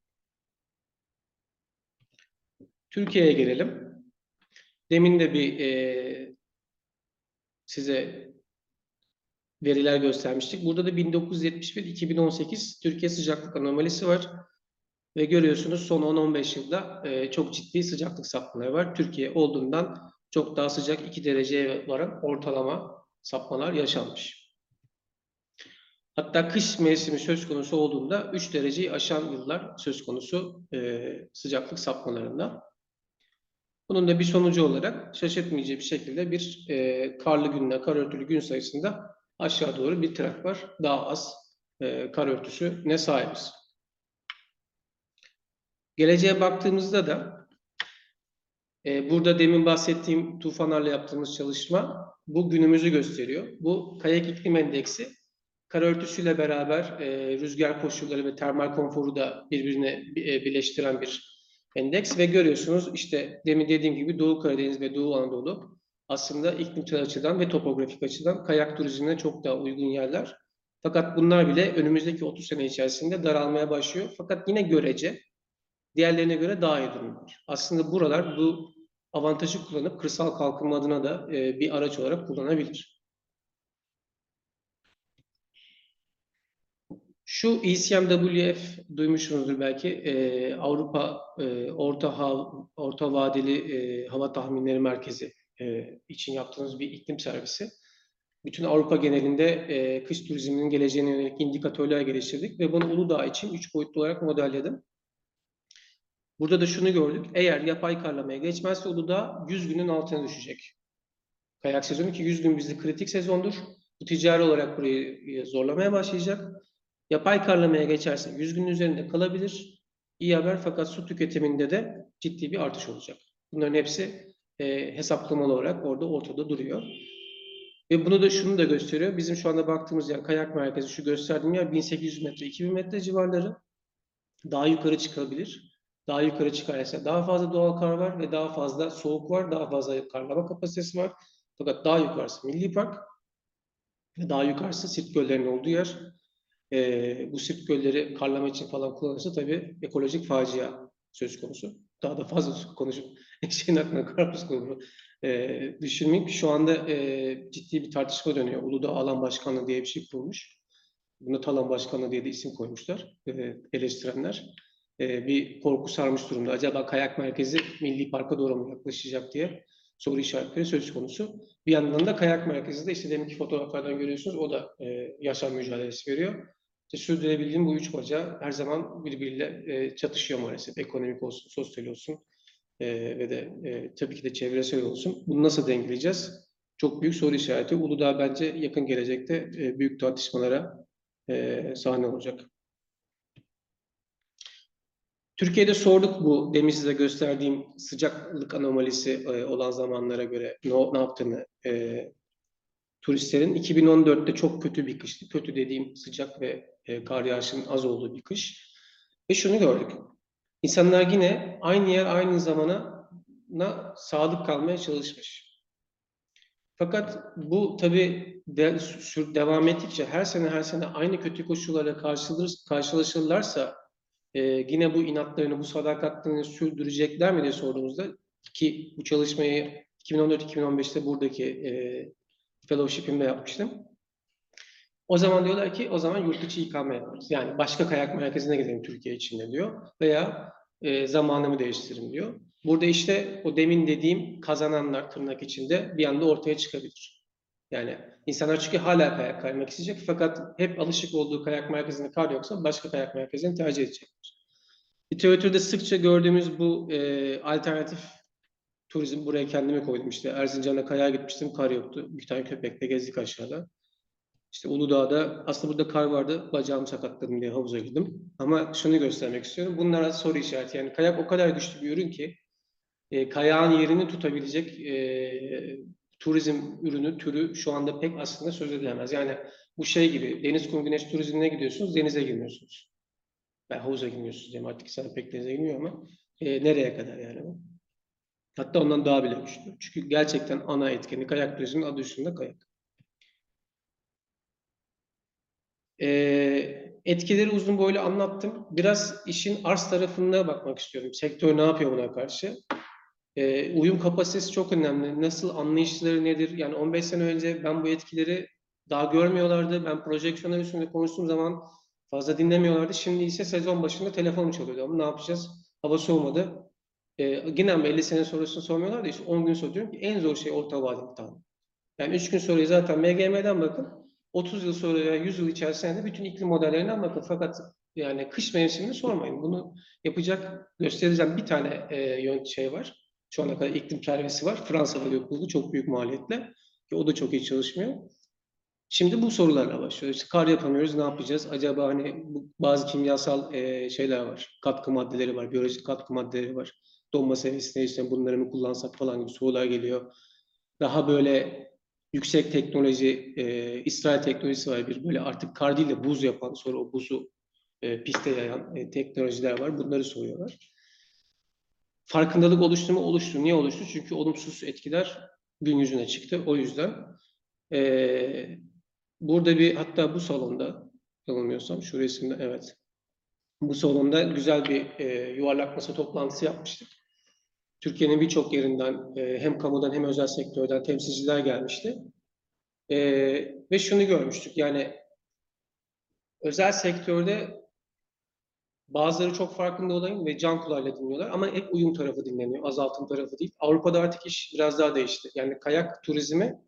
Türkiye'ye gelelim. Demin de bir e, size veriler göstermiştik. Burada da bin dokuz yüz yetmiş bir iki bin on sekiz Türkiye sıcaklık anomalisi var. Ve görüyorsunuz son on on beş yılda e, çok ciddi sıcaklık sapmaları var. Türkiye olduğundan çok daha sıcak iki dereceye varan ortalama sapmalar yaşanmış. Hatta kış mevsimi söz konusu olduğunda üç dereceyi aşan yıllar söz konusu e, sıcaklık sapmalarında. Bunun da bir sonucu olarak şaşırtmayıcı bir şekilde bir e, karlı günle kar örtülü gün sayısında aşağı doğru bir trend var. Daha az e, kar örtüsüne sahibiz. Geleceğe baktığımızda da e, burada demin bahsettiğim tufanlarla yaptığımız çalışma bu günümüzü gösteriyor. Bu kayak iklim endeksi kar örtüsüyle beraber e, rüzgar koşulları ve termal konforu da birbirine e, birleştiren bir endeks ve görüyorsunuz işte demin dediğim gibi Doğu Karadeniz ve Doğu Anadolu aslında iklimsel açıdan ve topografik açıdan kayak turizmine çok daha uygun yerler. Fakat bunlar bile önümüzdeki otuz sene içerisinde daralmaya başlıyor. Fakat yine görece diğerlerine göre daha iyi durumlar. Aslında buralar bu avantajı kullanıp kırsal kalkınma adına da e, bir araç olarak kullanabilir. Şu E C M W F duymuşsunuzdur belki. E, Avrupa e, Orta Hav, Orta Vadeli e, Hava Tahminleri Merkezi e, için yaptığımız bir iklim servisi. Bütün Avrupa genelinde e, kış turizminin geleceğine yönelik indikatörler geliştirdik ve bunu Uludağ için üç boyutlu olarak modelledim. Burada da şunu gördük. Eğer yapay karlamaya geçmezse Uludağ yüz günün altına düşecek. Kayak sezonu ki yüz gün bizde kritik sezondur. Bu ticari olarak burayı zorlamaya başlayacak. Yapay karlamaya geçerse yüz günün üzerinde kalabilir. İyi haber fakat su tüketiminde de ciddi bir artış olacak. Bunların hepsi e, hesaplamalı olarak orada ortada duruyor. Ve bunu da şunu da gösteriyor. Bizim şu anda baktığımız yer kayak merkezi şu gösterdiğim yer bin sekiz yüz metre iki bin metre civarları. Daha yukarı çıkabilir. Daha yukarı çıkarsa daha fazla doğal kar var ve daha fazla soğuk var. Daha fazla karlama kapasitesi var. Fakat daha yukarısı Milli Park ve daha yukarısı Sirt Göllerinin olduğu yer. Ee, bu Sirt Gölleri karlama için falan kullanırsa tabii ekolojik facia söz konusu. Daha da fazla konuşup şeyin aklına karpuz kabuğunu e, düşünmeyeyim. Şu anda e, ciddi bir tartışma dönüyor. Uludağ Alan Başkanlığı diye bir şey kurulmuş. Buna Talan Başkanlığı diye de isim koymuşlar e, eleştirenler. E, bir korku sarmış durumda. Acaba kayak merkezi Milli Park'a doğru mu yaklaşacak diye. soru işaretleri söz konusu. Bir yandan da kayak merkezinde işte deminki fotoğraflardan görüyorsunuz, o da e, yaşam mücadelesi veriyor. İşte sürdürebildiğim bu üç bacağı her zaman birbiriyle e, çatışıyor maalesef. Ekonomik olsun, sosyal olsun e, ve de e, tabii ki de çevresel olsun. Bunu nasıl dengeleyeceğiz? Çok büyük soru işareti. Uludağ bence yakın gelecekte e, büyük tartışmalara e, sahne olacak. Türkiye'de sorduk bu demin size gösterdiğim sıcaklık anomalisi e, olan zamanlara göre ne, ne yaptığını e, turistlerin. iki bin on dörtte çok kötü bir kıştı. Kötü dediğim sıcak ve e, kar yağışının az olduğu bir kış. Ve şunu gördük. İnsanlar yine aynı yer aynı zamana na sadık kalmaya çalışmış. Fakat bu tabii de, sür, devam ettikçe her sene her sene aynı kötü koşullarla karşılaşırlarsa e, yine bu inatlarını, bu sadakatlerini sürdürecekler mi diye sorduğumuzda, ki bu çalışmayı iki bin on dört iki bin on beşte buradaki e, fellowship'imde yapmıştım. O zaman diyorlar ki o zaman yurt içi ikame yaparız. Yani başka kayak merkezine gidelim Türkiye içinde diyor. Veya e, zamanımı değiştirin diyor. Burada işte o demin dediğim kazananlar tırnak içinde bir anda ortaya çıkabilir. Yani insanlar çünkü hala kayak kaymak isteyecek, fakat hep alışık olduğu kayak merkezinde kar yoksa başka kayak merkezini tercih edecekler. Literatürde sıkça gördüğümüz bu e, alternatif turizm, buraya kendimi koydum işte. Erzincan'a kayağa gitmiştim, kar yoktu. Bir tane köpekle gezdik aşağıda. İşte Uludağ'da aslında burada kar vardı, bacağımı sakatladım diye havuza girdim. Ama şunu göstermek istiyorum. Bunlara soru işareti. Yani kayak o kadar güçlü bir ürün ki e, kayağın yerini tutabilecek e, turizm ürünü, türü şu anda pek aslında söz edilemez. Yani bu şey gibi, deniz, kum, güneş turizmine gidiyorsunuz, denize girmiyorsunuz. Ben havuza girmiyorsunuz diyeyim, artık sana pek denize girmiyor ama e, nereye kadar yani bu? Hatta ondan daha bile güçlü. Çünkü gerçekten ana etkeni kayak turizminin adı üstünde kayak. Ee, etkileri uzun boylu anlattım. Biraz işin arz tarafına bakmak istiyorum. Sektör ne yapıyor buna karşı? Ee, uyum kapasitesi çok önemli. Nasıl, anlayışları nedir? Yani on beş sene önce ben bu etkileri daha görmüyorlardı. Ben projeksiyonlar üstünde konuştuğum zaman fazla dinlemiyorlardı. Şimdi ise sezon başında telefonum çalıyordu. Ama ne yapacağız? Hava soğumadı. Ee, yine ama elli sene sonrasını sormuyorlar da işte on gün sonra diyorum ki en zor şey orta vadeli tahmin. Yani üç gün sonra zaten M G M'den bakın. otuz yıl sonra veya yüz yıl içerisinde de bütün iklim modellerinden bakın. Fakat yani kış mevsimini sormayın. Bunu yapacak, göstereceğim bir tane e, yön şey var. Şu ana kadar iklim kervesi var. Fransa'da yapıldı çok büyük maliyetle. Ki o da çok iyi çalışmıyor. Şimdi bu sorularla başlıyor. İşte kar yapamıyoruz, ne yapacağız? Acaba hani bu, bazı kimyasal e, şeyler var. Katkı maddeleri var, biyolojik katkı maddeleri var. Donma seviyesinde işte bunları mı kullansak falan gibi sorular geliyor. Daha böyle yüksek teknoloji, e, İsrail teknolojisi var, bir böyle artık kar değil de buz yapan, sonra o buzu e, piste yayan e, teknolojiler var. Bunları soruyorlar. Farkındalık oluştu mu? Oluştu. Niye oluştu? Çünkü olumsuz etkiler gün yüzüne çıktı. O yüzden e, burada bir, hatta bu salonda yanılmıyorsam şu resimde, evet. Bu salonda güzel bir e, yuvarlak masa toplantısı yapmıştık. Türkiye'nin birçok yerinden e, hem kamudan hem özel sektörden temsilciler gelmişti. E, ve şunu görmüştük, yani özel sektörde bazıları çok farkında olayım ve can kulağıyla dinliyorlar ama hep uyum tarafı dinleniyor, azaltım tarafı değil. Avrupa'da artık iş biraz daha değişti. Yani kayak turizmi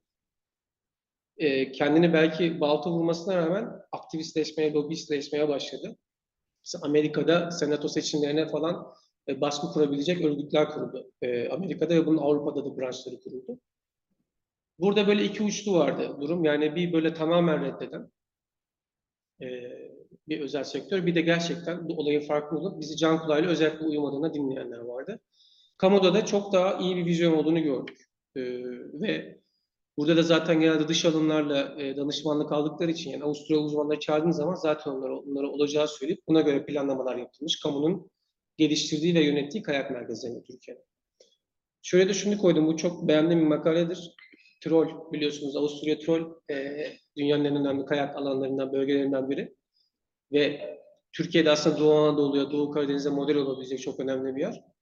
e, kendini belki balta vurmasına rağmen aktivistleşmeye, lobistleşmeye başladı. Mesela Amerika'da senato seçimlerine falan e, baskı kurabilecek örgütler kuruldu. E, Amerika'da ve bunun Avrupa'da da branşları kuruldu. Burada böyle iki uçlu vardı durum. Yani bir böyle tamamen reddeden e, bir özel sektör, bir de gerçekten bu olayın farkında olup bizi can kulağıyla özellikle uyumadığına dinleyenler vardı. Kamuda da çok daha iyi bir vizyon olduğunu gördük. E, ve burada da zaten genelde dış alımlarla e, danışmanlık aldıkları için, yani Avusturya uzmanları çağırdığınız zaman zaten onlara, onlara olacağı söyleyip buna göre planlamalar yapılmış. Kamunun geliştirdiği ve yönettiği kayak merkezlerinde Türkiye'de. Şöyle de şunu koydum, bu çok beğendiğim bir makaledir. Troll, biliyorsunuz Avusturya Troll e, dünyanın en önemli kayak alanlarından, bölgelerinden biri. Ve Türkiye'de aslında Doğu Anadolu'ya, Doğu Karadeniz'e model olabilecek çok önemli bir yer.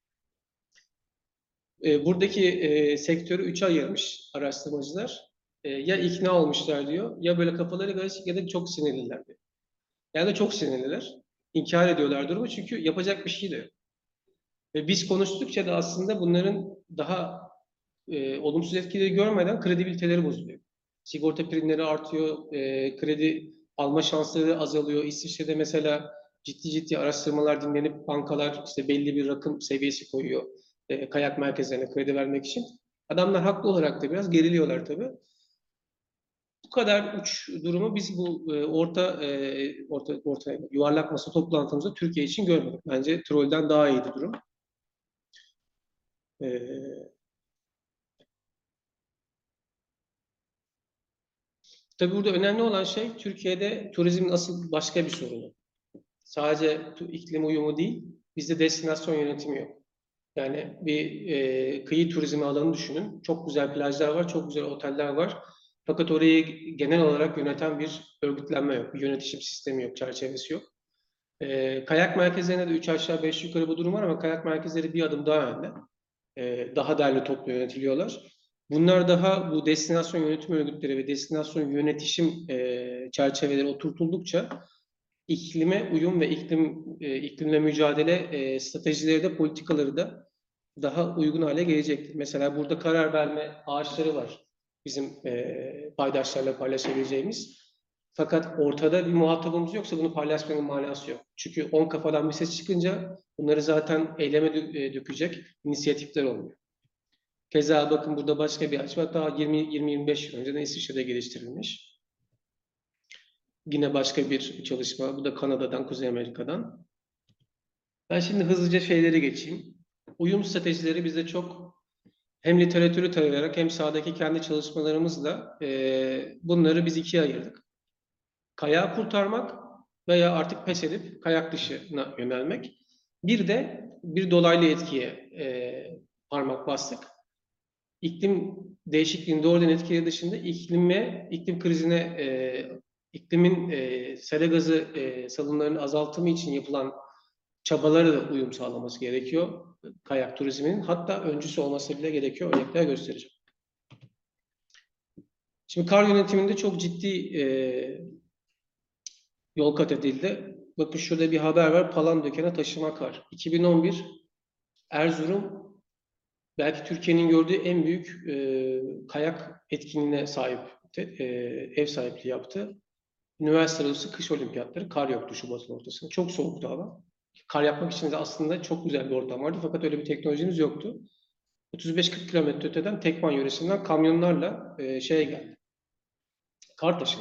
E, buradaki e, sektörü üçe ayırmış araştırmacılar. E, ya ikna olmuşlar diyor, ya böyle kafaları karışık ya da çok sinirliler diyor. Yani çok sinirliler. İnkar ediyorlar durumu çünkü yapacak bir şey de yok. Ve biz konuştukça da aslında bunların daha e, olumsuz etkileri görmeden kredibiliteleri bozuluyor. Sigorta primleri artıyor, e, kredi alma şansları azalıyor. İsviçre'de mesela ciddi ciddi araştırmalar dinlenip bankalar işte belli bir rakım seviyesi koyuyor e, kayak merkezlerine kredi vermek için. Adamlar haklı olarak da biraz geriliyorlar tabii. Bu kadar uç durumu biz bu e, orta e, orta orta yuvarlak masa toplantımızda Türkiye için görmedik. Bence Troll'den daha iyiydi durum. E, tabii burada önemli olan şey Türkiye'de turizmin asıl başka bir sorunu. Sadece iklim uyumu değil, bizde destinasyon yönetimi yok. Yani bir e, kıyı turizmi alanı düşünün. Çok güzel plajlar var, çok güzel oteller var. Fakat orayı genel olarak yöneten bir örgütlenme yok, bir yönetişim sistemi yok, çerçevesi yok. E, kayak merkezlerinde de üç aşağı beş yukarı bu durum var ama kayak merkezleri bir adım daha önde. E, daha derli toplu yönetiliyorlar. Bunlar daha bu destinasyon yönetim örgütleri ve destinasyon yönetişim e, çerçeveleri oturtuldukça iklime uyum ve iklim e, iklimle mücadele e, stratejileri de politikaları da daha uygun hale gelecektir. Mesela burada karar verme ağaçları var bizim e, paydaşlarla paylaşabileceğimiz. Fakat ortada bir muhatabımız yoksa bunu paylaşmanın manası yok. Çünkü on kafadan bir ses çıkınca bunları zaten eyleme dö- e, dökecek inisiyatifler olmuyor. Keza bakın burada başka bir ağaç var. Daha yirmi yirmi beş yıl önceden İsviçre'de geliştirilmiş. Yine başka bir çalışma. Bu da Kanada'dan, Kuzey Amerika'dan. Ben şimdi hızlıca şeyleri geçeyim. Uyum stratejileri bizde çok hem literatürü tarayarak hem sahadaki kendi çalışmalarımızla e, bunları biz ikiye ayırdık. Kayağı kurtarmak veya artık pes edip kayak dışına yönelmek. Bir de bir dolaylı etkiye e, parmak bastık. İklim değişikliğinin doğrudan etkileri dışında iklime, iklim krizine, e, iklimin e, sera gazı e, salımlarının azaltımı için yapılan çabalara da uyum sağlaması gerekiyor. Kayak turizminin hatta öncüsü olması bile gerekiyor. Örnekler göstereceğim. Şimdi kar yönetiminde çok ciddi e, yol kat edildi. Bakın şurada bir haber var. Palandöken'e taşıma kar. iki bin on bir Erzurum belki Türkiye'nin gördüğü en büyük e, kayak etkinliğine sahip e, ev sahipliği yaptı. Üniversite arası kış olimpiyatları kar yoktu Şubat'ın ortasında. Çok soğuktu hava. Kar yapmak için de aslında çok güzel bir ortam vardı fakat öyle bir teknolojimiz yoktu. otuz beş kırk kilometre öteden Tekman yöresinden kamyonlarla e, şeye geldi. Kar taşıma.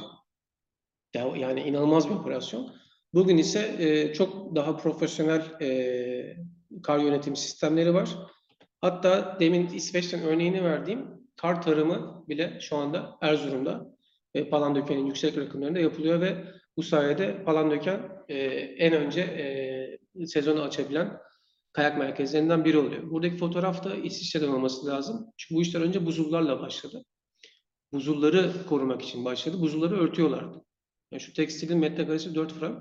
Yani inanılmaz bir operasyon. Bugün ise e, çok daha profesyonel e, kar yönetim sistemleri var. Hatta demin İsveç'ten örneğini verdiğim kar tarımı bile şu anda Erzurum'da e, Palandöken'in yüksek rakımlarında yapılıyor ve bu sayede Palandöken e, en önce e, sezonu açabilen kayak merkezlerinden biri oluyor. Buradaki fotoğraf da İsviçre'den olması lazım. Çünkü bu işler önce buzullarla başladı. Buzulları korumak için başladı. Buzulları örtüyorlardı. Yani şu tekstilin metrekaresi dört frank.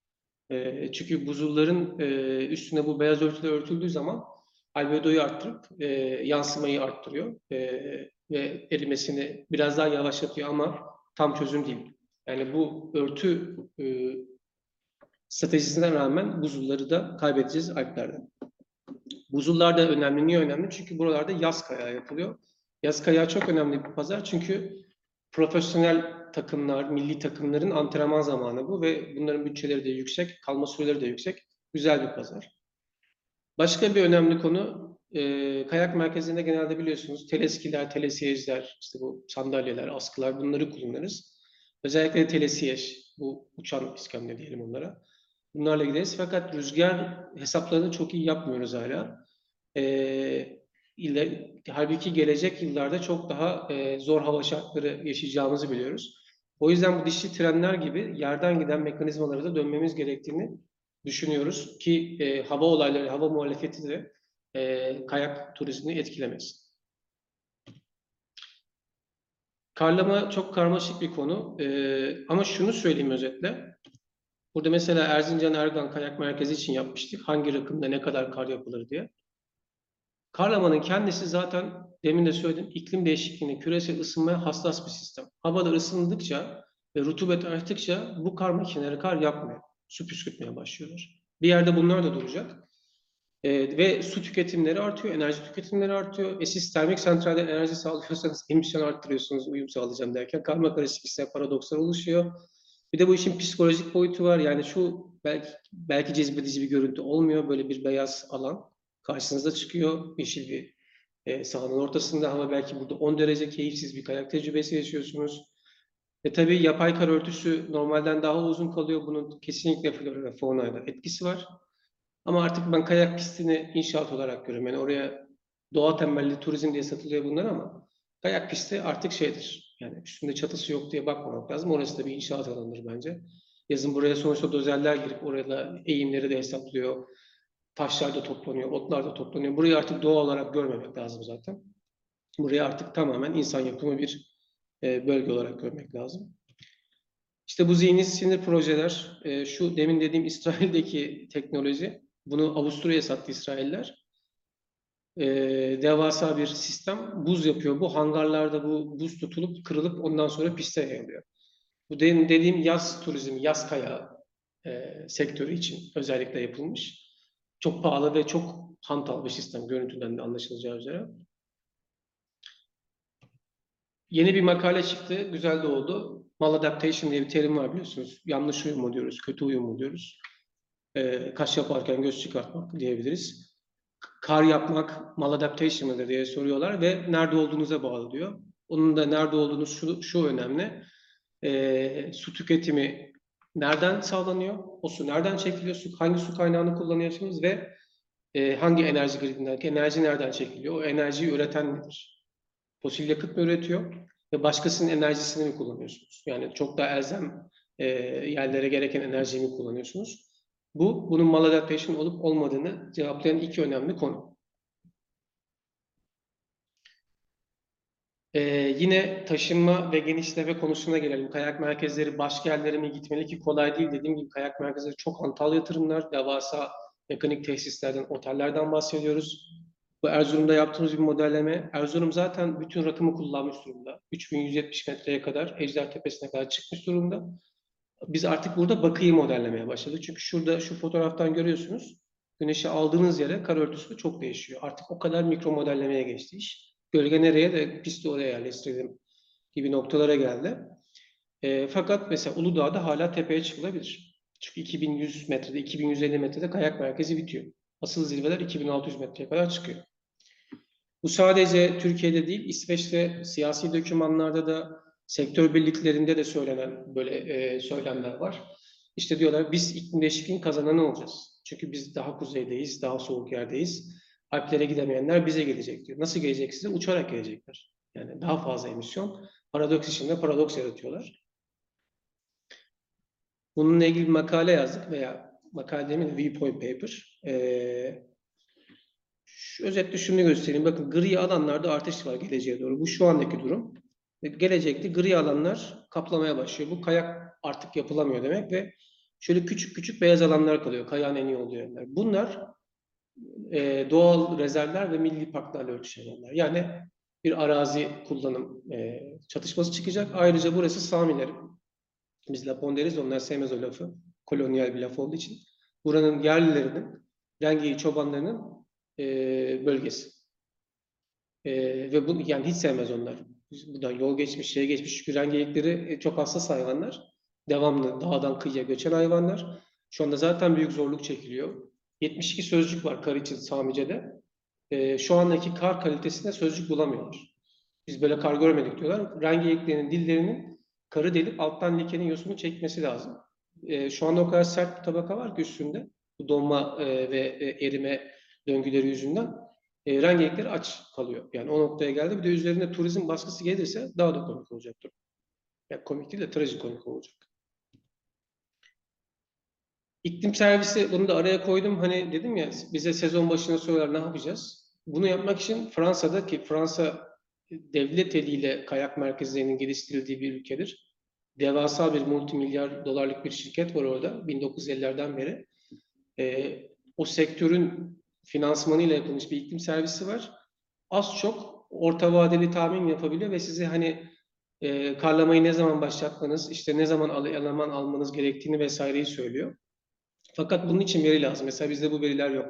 E, çünkü buzulların e, üstüne bu beyaz örtüler örtüldüğü zaman albedoyu arttırıp e, yansımayı arttırıyor. E, ve erimesini biraz daha yavaşlatıyor ama tam çözüm değil. Yani bu örtü e, stratejisine rağmen buzulları da kaybedeceğiz Alplerde. Buzullar da önemli. Niye önemli? Çünkü buralarda yaz kayağı yapılıyor. Yaz kayağı çok önemli bir pazar çünkü profesyonel takımlar, milli takımların antrenman zamanı bu ve bunların bütçeleri de yüksek, kalma süreleri de yüksek. Güzel bir pazar. Başka bir önemli konu, e, kayak merkezinde genelde biliyorsunuz teleskiler, telesiyejler, işte bu sandalyeler, askılar bunları kullanırız. Özellikle telesiyej, bu uçan iskemle diyelim onlara. Bunlarla gideriz fakat rüzgar hesaplarını çok iyi yapmıyoruz hala. E, ile, halbuki gelecek yıllarda çok daha e, zor hava şartları yaşayacağımızı biliyoruz. O yüzden bu dişli trenler gibi yerden giden mekanizmalara da dönmemiz gerektiğini düşünüyoruz ki e, hava olayları, hava muhalefeti de e, kayak turizmini etkilemez. Karlama çok karmaşık bir konu e, ama şunu söyleyeyim özetle. Burada mesela Erzincan Ergan Kayak Merkezi için yapmıştık. Hangi rakımda ne kadar kar yapılır diye. Karlamanın kendisi zaten demin de söyledim iklim değişikliğine, küresel ısınmaya hassas bir sistem. Havada ısındıkça ve rutubet arttıkça bu kar makineleri kar yapmıyor. Su püskürtmeye başlıyorlar. Bir yerde bunlar da duracak. E, ve su tüketimleri artıyor, enerji tüketimleri artıyor. E siz termik santralden enerji sağlıyorsanız emisyon arttırıyorsunuz uyum sağlayacağım derken karma karışık işler, paradokslar oluşuyor. Bir de bu işin psikolojik boyutu var. Yani şu belki belki cezbedici bir görüntü olmuyor. Böyle bir beyaz alan karşınıza çıkıyor. Yeşil bir e, sahanın ortasında ama belki burada on derece keyifsiz bir kayak tecrübesi yaşıyorsunuz. E tabii yapay kar örtüsü normalden daha uzun kalıyor. Bunun kesinlikle flora ve faunayla etkisi var. Ama artık ben kayak pistini inşaat olarak görüyorum. Yani oraya doğa temelli turizm diye satılıyor bunlar ama kayak pisti artık şeydir. Yani üstünde çatısı yok diye bakmamak lazım. Orası da bir inşaat alanıdır bence. Yazın buraya sonuçta dozerler girip orada eğimleri de hesaplıyor. Taşlar da toplanıyor, otlar da toplanıyor. Burayı artık doğa olarak görmemek lazım zaten. Burayı artık tamamen insan yapımı bir e, bölge olarak görmek lazım. İşte bu zihni sinir projeler, e, şu demin dediğim İsrail'deki teknoloji, bunu Avusturya'ya sattı İsrailler. E, devasa bir sistem, buz yapıyor. Bu hangarlarda bu buz tutulup kırılıp ondan sonra piste yayılıyor. Bu demin dediğim yaz turizmi, yaz kayağı e, sektörü için özellikle yapılmış. Çok pahalı ve çok hantal bir sistem, görüntüden de anlaşılacağı üzere. Yeni bir makale çıktı, güzel de oldu. Maladaptation diye bir terim var biliyorsunuz. Yanlış uyum mu diyoruz, kötü uyum mu diyoruz. E, kaş yaparken göz çıkartmak diyebiliriz. Kar yapmak maladaptation mıdır diye soruyorlar ve nerede olduğunuza bağlı diyor. Onun da nerede olduğunuz şu, şu önemli. E, su tüketimi nereden sağlanıyor? O su nereden çekiliyor? Su, hangi su kaynağını kullanıyorsunuz ve e, hangi enerji gridinden, enerji nereden çekiliyor? O enerjiyi üreten nedir? Fosil yakıt mı üretiyor ve başkasının enerjisini mi kullanıyorsunuz? Yani çok daha elzem e, yerlere gereken enerjiyi mi kullanıyorsunuz? Bu, bunun maladaptation olup olmadığını cevaplayan iki önemli konu. Ee, yine taşınma ve genişleme konusuna gelelim. Kayak merkezleri başka yerlere mi gitmeli ki kolay değil. Dediğim gibi kayak merkezleri çok hantal yatırımlar, devasa mekanik tesislerden, otellerden bahsediyoruz. Bu Erzurum'da yaptığımız bir modelleme. Erzurum zaten bütün rakımı kullanmış durumda. üç bin yüz yetmiş metreye kadar, Ejder Tepesi'ne kadar çıkmış durumda. Biz artık burada bakıyı modellemeye başladık. Çünkü şurada şu fotoğraftan görüyorsunuz. Güneşi aldığınız yere kar örtüsü çok değişiyor. Artık o kadar mikro modellemeye geçti iş. Gölge nereye de pisti oraya yerleştirelim gibi noktalara geldi. E, fakat mesela Uludağ'da hala tepeye çıkılabilir. Çünkü iki bin yüz metrede, iki bin yüz elli metrede kayak merkezi bitiyor. Asıl zirveler iki bin altı yüz metreye kadar çıkıyor. Bu sadece Türkiye'de değil, İsveç'te siyasi dokümanlarda da sektör birliklerinde de söylenen böyle e, söylemler var. İşte diyorlar biz iklim değişikliğinin kazananı olacağız. Çünkü biz daha kuzeydeyiz, daha soğuk yerdeyiz. Alplere gidemeyenler bize gelecek diyor. Nasıl gelecek size? Uçarak gelecekler. Yani daha fazla emisyon. Paradoks içinde paradoks yaratıyorlar. Bununla ilgili bir makale yazdık veya makale demin viewpoint paper. Ee, Şu, özetle şunu göstereyim. Bakın gri alanlarda artış var geleceğe doğru. Bu şu andaki durum. Gelecekte gri alanlar kaplamaya başlıyor. Bu kayak artık yapılamıyor demek ve şöyle küçük küçük beyaz alanlar kalıyor. Kayağın en iyi olduğu yerler. Bunlar e, doğal rezervler ve milli parklarla örtüşen yerler. Yani bir arazi kullanım e, çatışması çıkacak. Ayrıca burası Samilerin. Biz Lapon deriz, onlar sevmez o lafı. Kolonyal bir laf olduğu için. Buranın yerlilerinin, Rengi çobanlarının e, bölgesi. E, ve bu yani hiç sevmez onlar. Buradan yol geçmiş, şey geçmiş. Şüküren geyikleri e, çok hassas hayvanlar. Devamlı dağdan kıyıya göçen hayvanlar. Şu anda zaten büyük zorluk çekiliyor. yetmiş iki sözcük var kar için Samice'de. E, şu andaki kar kalitesinde sözcük bulamıyorlar. Biz böyle kar görmedik diyorlar. Ren geyiklerinin dillerinin karı delip alttan likenin yosunu çekmesi lazım. E, şu anda o kadar sert bir tabaka var ki üstünde. Bu donma e, ve e, erime döngüleri yüzünden e, rengekleri aç kalıyor. Yani o noktaya geldi. Bir de üzerine turizm baskısı gelirse daha da komik olacaktır. Yani komik değil de trajikomik olacak. İklim servisi, bunu da araya koydum. Hani dedim ya bize sezon başında soruyorlar ne yapacağız? Bunu yapmak için Fransa'da ki Fransa devlet eliyle kayak merkezlerinin geliştirildiği bir ülkedir. Devasa bir multimilyar dolarlık bir şirket var orada bin dokuz yüz ellilerden beri. E, o sektörün finansmanıyla yapılmış bir iklim servisi var. Az çok orta vadeli tahmin yapabiliyor ve size hani e, karlamayı ne zaman başlatmanız, işte ne zaman al eleman almanız gerektiğini vesaireyi söylüyor. Fakat bunun için veri lazım. Mesela bizde bu veriler yok.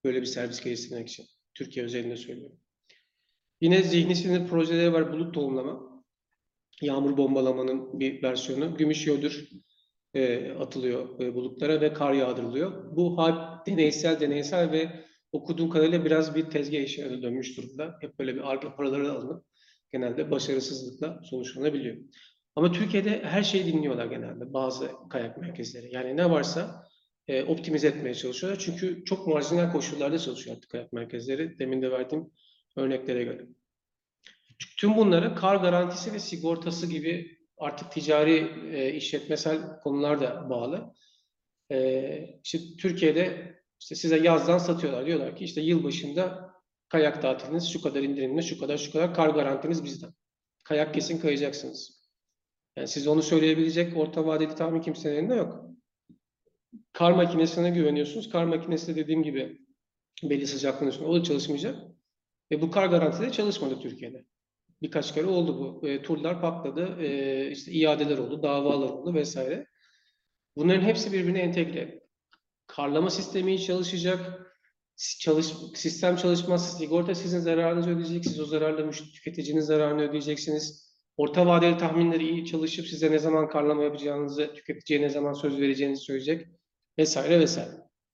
Böyle bir servis geliştirmek için. Türkiye özelinde söylüyorum. Yine zihni sinir projeleri var. Bulut tohumlama. Yağmur bombalamanın bir versiyonu. Gümüş yodür e, atılıyor e, bulutlara ve kar yağdırılıyor. Bu hep deneysel deneysel ve okuduğum kadarıyla biraz bir tezgah işine dönmüş durumda. Hep böyle bir arka paraları alınıp genelde başarısızlıkla sonuçlanabiliyor. Ama Türkiye'de her şeyi dinliyorlar genelde bazı kayak merkezleri. Yani ne varsa e, optimize etmeye çalışıyorlar. Çünkü çok marjinal koşullarda çalışıyor artık kayak merkezleri. Demin de verdiğim örneklere göre. Tüm bunlara kar garantisi ve sigortası gibi artık ticari e, işletmesel konular da bağlı. E, işte Türkiye'de işte size yazdan satıyorlar. Diyorlar ki işte yılbaşında kayak tatiliniz şu kadar indirimli, şu kadar şu kadar kar garantiniz bizden. Kayak kesin kayacaksınız. Yani siz onu söyleyebilecek orta vadeli tahmin kimsenin elinde yok. Kar makinesine güveniyorsunuz. Kar makinesi de dediğim gibi belli sıcaklığın üstünde o da çalışmayacak. Ve bu kar garantisi de çalışmadı Türkiye'de. Birkaç kere oldu bu. E, turlar patladı, e, işte iadeler oldu, davalar oldu vesaire. Bunların hepsi birbirine entegre. Karlama sistemi iyi çalışacak. Çalış, sistem çalışmazsa sigorta sizin zararınızı ödeyecek. Siz o zararla tüketicinin zararını ödeyeceksiniz. Orta vadeli tahminleri iyi çalışıp size ne zaman karlama yapacağınızı, tüketiciye ne zaman söz vereceğinizi söyleyecek vesaire vesaire.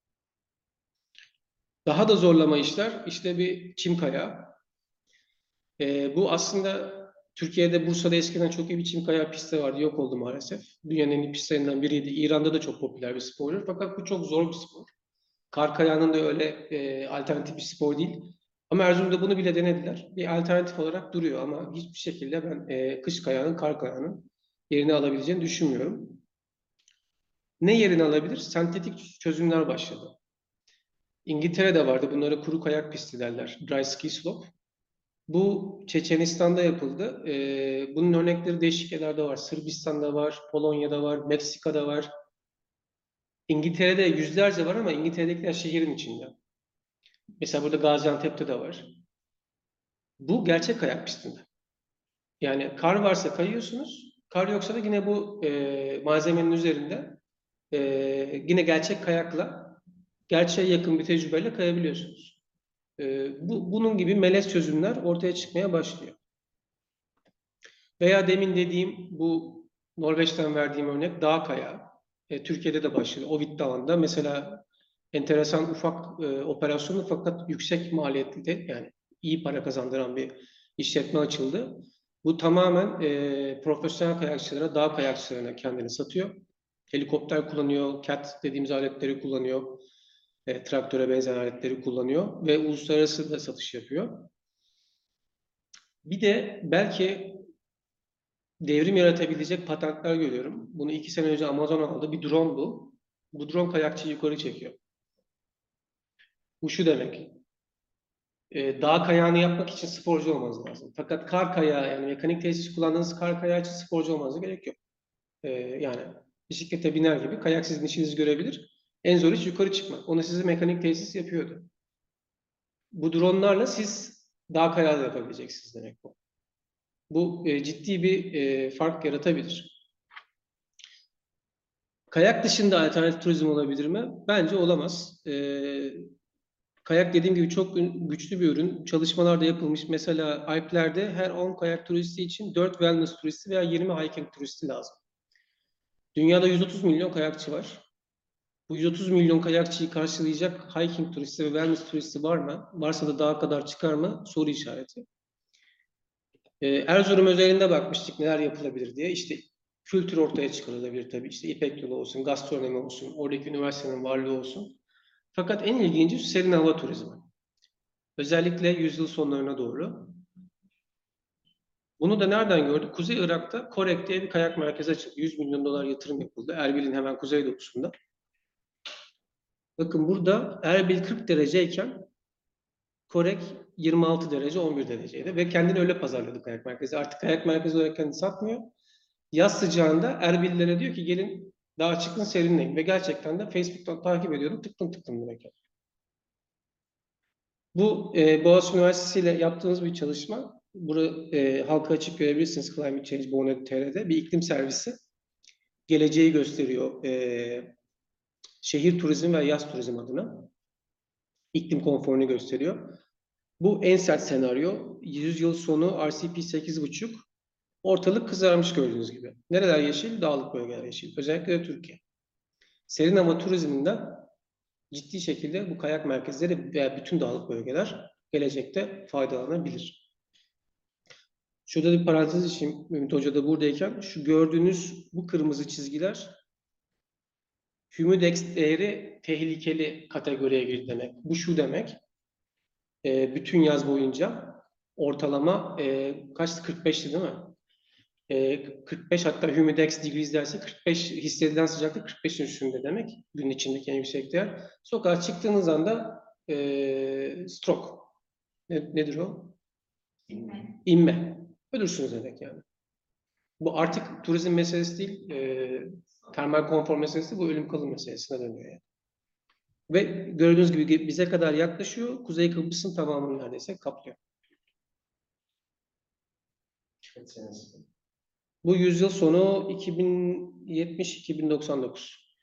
Daha da zorlama işler işte bir çim kayağı. E, bu aslında Türkiye'de Bursa'da eskiden çok iyi bir çim kayağı pisti vardı. Yok oldu maalesef. Dünyanın en iyi pistlerinden biriydi. İran'da da çok popüler bir spordur. Fakat bu çok zor bir spor. Kar kayağının da öyle e, alternatif bir spor değil. Ama Erzurum'da bunu bile denediler. Bir alternatif olarak duruyor ama hiçbir şekilde ben e, kış kayağının, kar kayağının yerini alabileceğini düşünmüyorum. Ne yerini alabilir? Sentetik çözümler başladı. İngiltere'de vardı. Bunlara kuru kayak pisti derler. Dry ski slope. Bu Çeçenistan'da yapıldı. Ee, bunun örnekleri değişik yerlerde var. Sırbistan'da var, Polonya'da var, Meksika'da var. İngiltere'de yüzlerce var ama İngiltere'dekiler şehrin içinde. Mesela burada Gaziantep'te de var. Bu gerçek kayak pistinde. Yani kar varsa kayıyorsunuz, kar yoksa da yine bu e, malzemenin üzerinde e, yine gerçek kayakla, gerçeğe yakın bir tecrübeyle kayabiliyorsunuz. E, bu, bunun gibi melez çözümler ortaya çıkmaya başlıyor. Veya demin dediğim bu Norveç'ten verdiğim örnek dağ kayağı. E, Türkiye'de de başladı. Ovid Dağı'nda mesela enteresan ufak e, operasyonlu fakat yüksek maliyetli de yani iyi para kazandıran bir işletme açıldı. Bu tamamen e, profesyonel kayakçılara, dağ kayakçılarına kendini satıyor. Helikopter kullanıyor, cat dediğimiz aletleri kullanıyor, e, traktöre benzer aletleri kullanıyor ve uluslararası da satış yapıyor. Bir de belki devrim yaratabilecek patentler görüyorum. Bunu iki sene önce Amazon aldı. Bir drone bu. Bu drone kayakçıyı yukarı çekiyor. Bu şu demek. E, dağ kayağını yapmak için sporcu olmanız lazım. Fakat kar kayağı yani mekanik tesis kullandığınız kar kayağı için sporcu olmanıza gerek yok. E, yani bisiklete biner gibi kayak sizin işinizi görebilir. En zor iş yukarı çıkmak. Onu size mekanik tesis yapıyordu. Bu dronelarla siz dağ kayağı da yapabileceksiniz demek bu. Bu e, ciddi bir e, fark yaratabilir. Kayak dışında alternatif turizm olabilir mi? Bence olamaz. Ee, kayak dediğim gibi çok güçlü bir ürün. Çalışmalar da yapılmış. Mesela Alplerde her on kayak turisti için dört wellness turisti veya yirmi hiking turisti lazım. Dünyada yüz otuz milyon kayakçı var. Bu yüz otuz milyon kayakçıyı karşılayacak hiking turisti ve wellness turisti var mı? Varsa da daha kadar çıkar mı? Soru işareti. Ee, Erzurum özelinde bakmıştık neler yapılabilir diye. İşte kültür ortaya çıkarılabilir tabii. İşte İpek Yolu olsun, gastronomi olsun, oradaki üniversitenin varlığı olsun. Fakat en ilginci serin hava turizmi. Özellikle yüzyıl sonlarına doğru. Bunu da nereden gördük? Kuzey Irak'ta Korek diye bir kayak merkezi açıldı. yüz milyon dolar yatırım yapıldı. Erbil'in hemen kuzeydoğusunda. Bakın burada Erbil kırk dereceyken Korek yirmi altı derece on bir dereceydi. Ve kendini öyle pazarladı kayak merkezi. Artık kayak merkezi olarak kendini satmıyor. Yaz sıcağında Erbillilere diyor ki gelin dağa çıkın serinleyin. Ve gerçekten de Facebook'tan takip ediyordum. Tıktım tıktım bu mekan. Bu e, Boğaziçi Üniversitesi ile yaptığımız bir çalışma. Bunu e, halka açık görebilirsiniz Climate Change nokta bo nokta tr'de. Bir iklim servisi. Geleceği gösteriyor. E, şehir turizmi ve yaz turizmi adına. iklim konforunu gösteriyor. Bu en sert senaryo. yüz yıl sonu R C P sekiz buçuk. Ortalık kızarmış gördüğünüz gibi. Nereler yeşil? Dağlık bölgeler yeşil. Özellikle de Türkiye. Serin hava turizminden ciddi şekilde bu kayak merkezleri veya bütün dağlık bölgeler gelecekte faydalanabilir. Şurada bir parantez için Ümit Hoca da buradayken şu gördüğünüz bu kırmızı çizgiler Humidex değeri tehlikeli kategoriye girdi demek. Bu şu demek. E, bütün yaz boyunca ortalama e, kaçtı? kırk beşti değil mi? E, kırk beş, hatta Humidex degrees derse kırk beş, hissedilen sıcaklık kırk beşin üstünde demek. Gün içindeki en yüksek değer. Sokağa çıktığınız anda e, stroke. Ne, nedir o? İnme. İnme. Ölürsünüz demek yani. Bu artık turizm meselesi değil, e, termal konfor meselesi, bu ölüm kalım meselesine dönüyor yani. Ve gördüğünüz gibi bize kadar yaklaşıyor. Kuzey Kıbrıs'ın tamamını neredeyse kaplıyor. Bu yüzyıl sonu iki bin yetmiş iki bin doksan dokuz.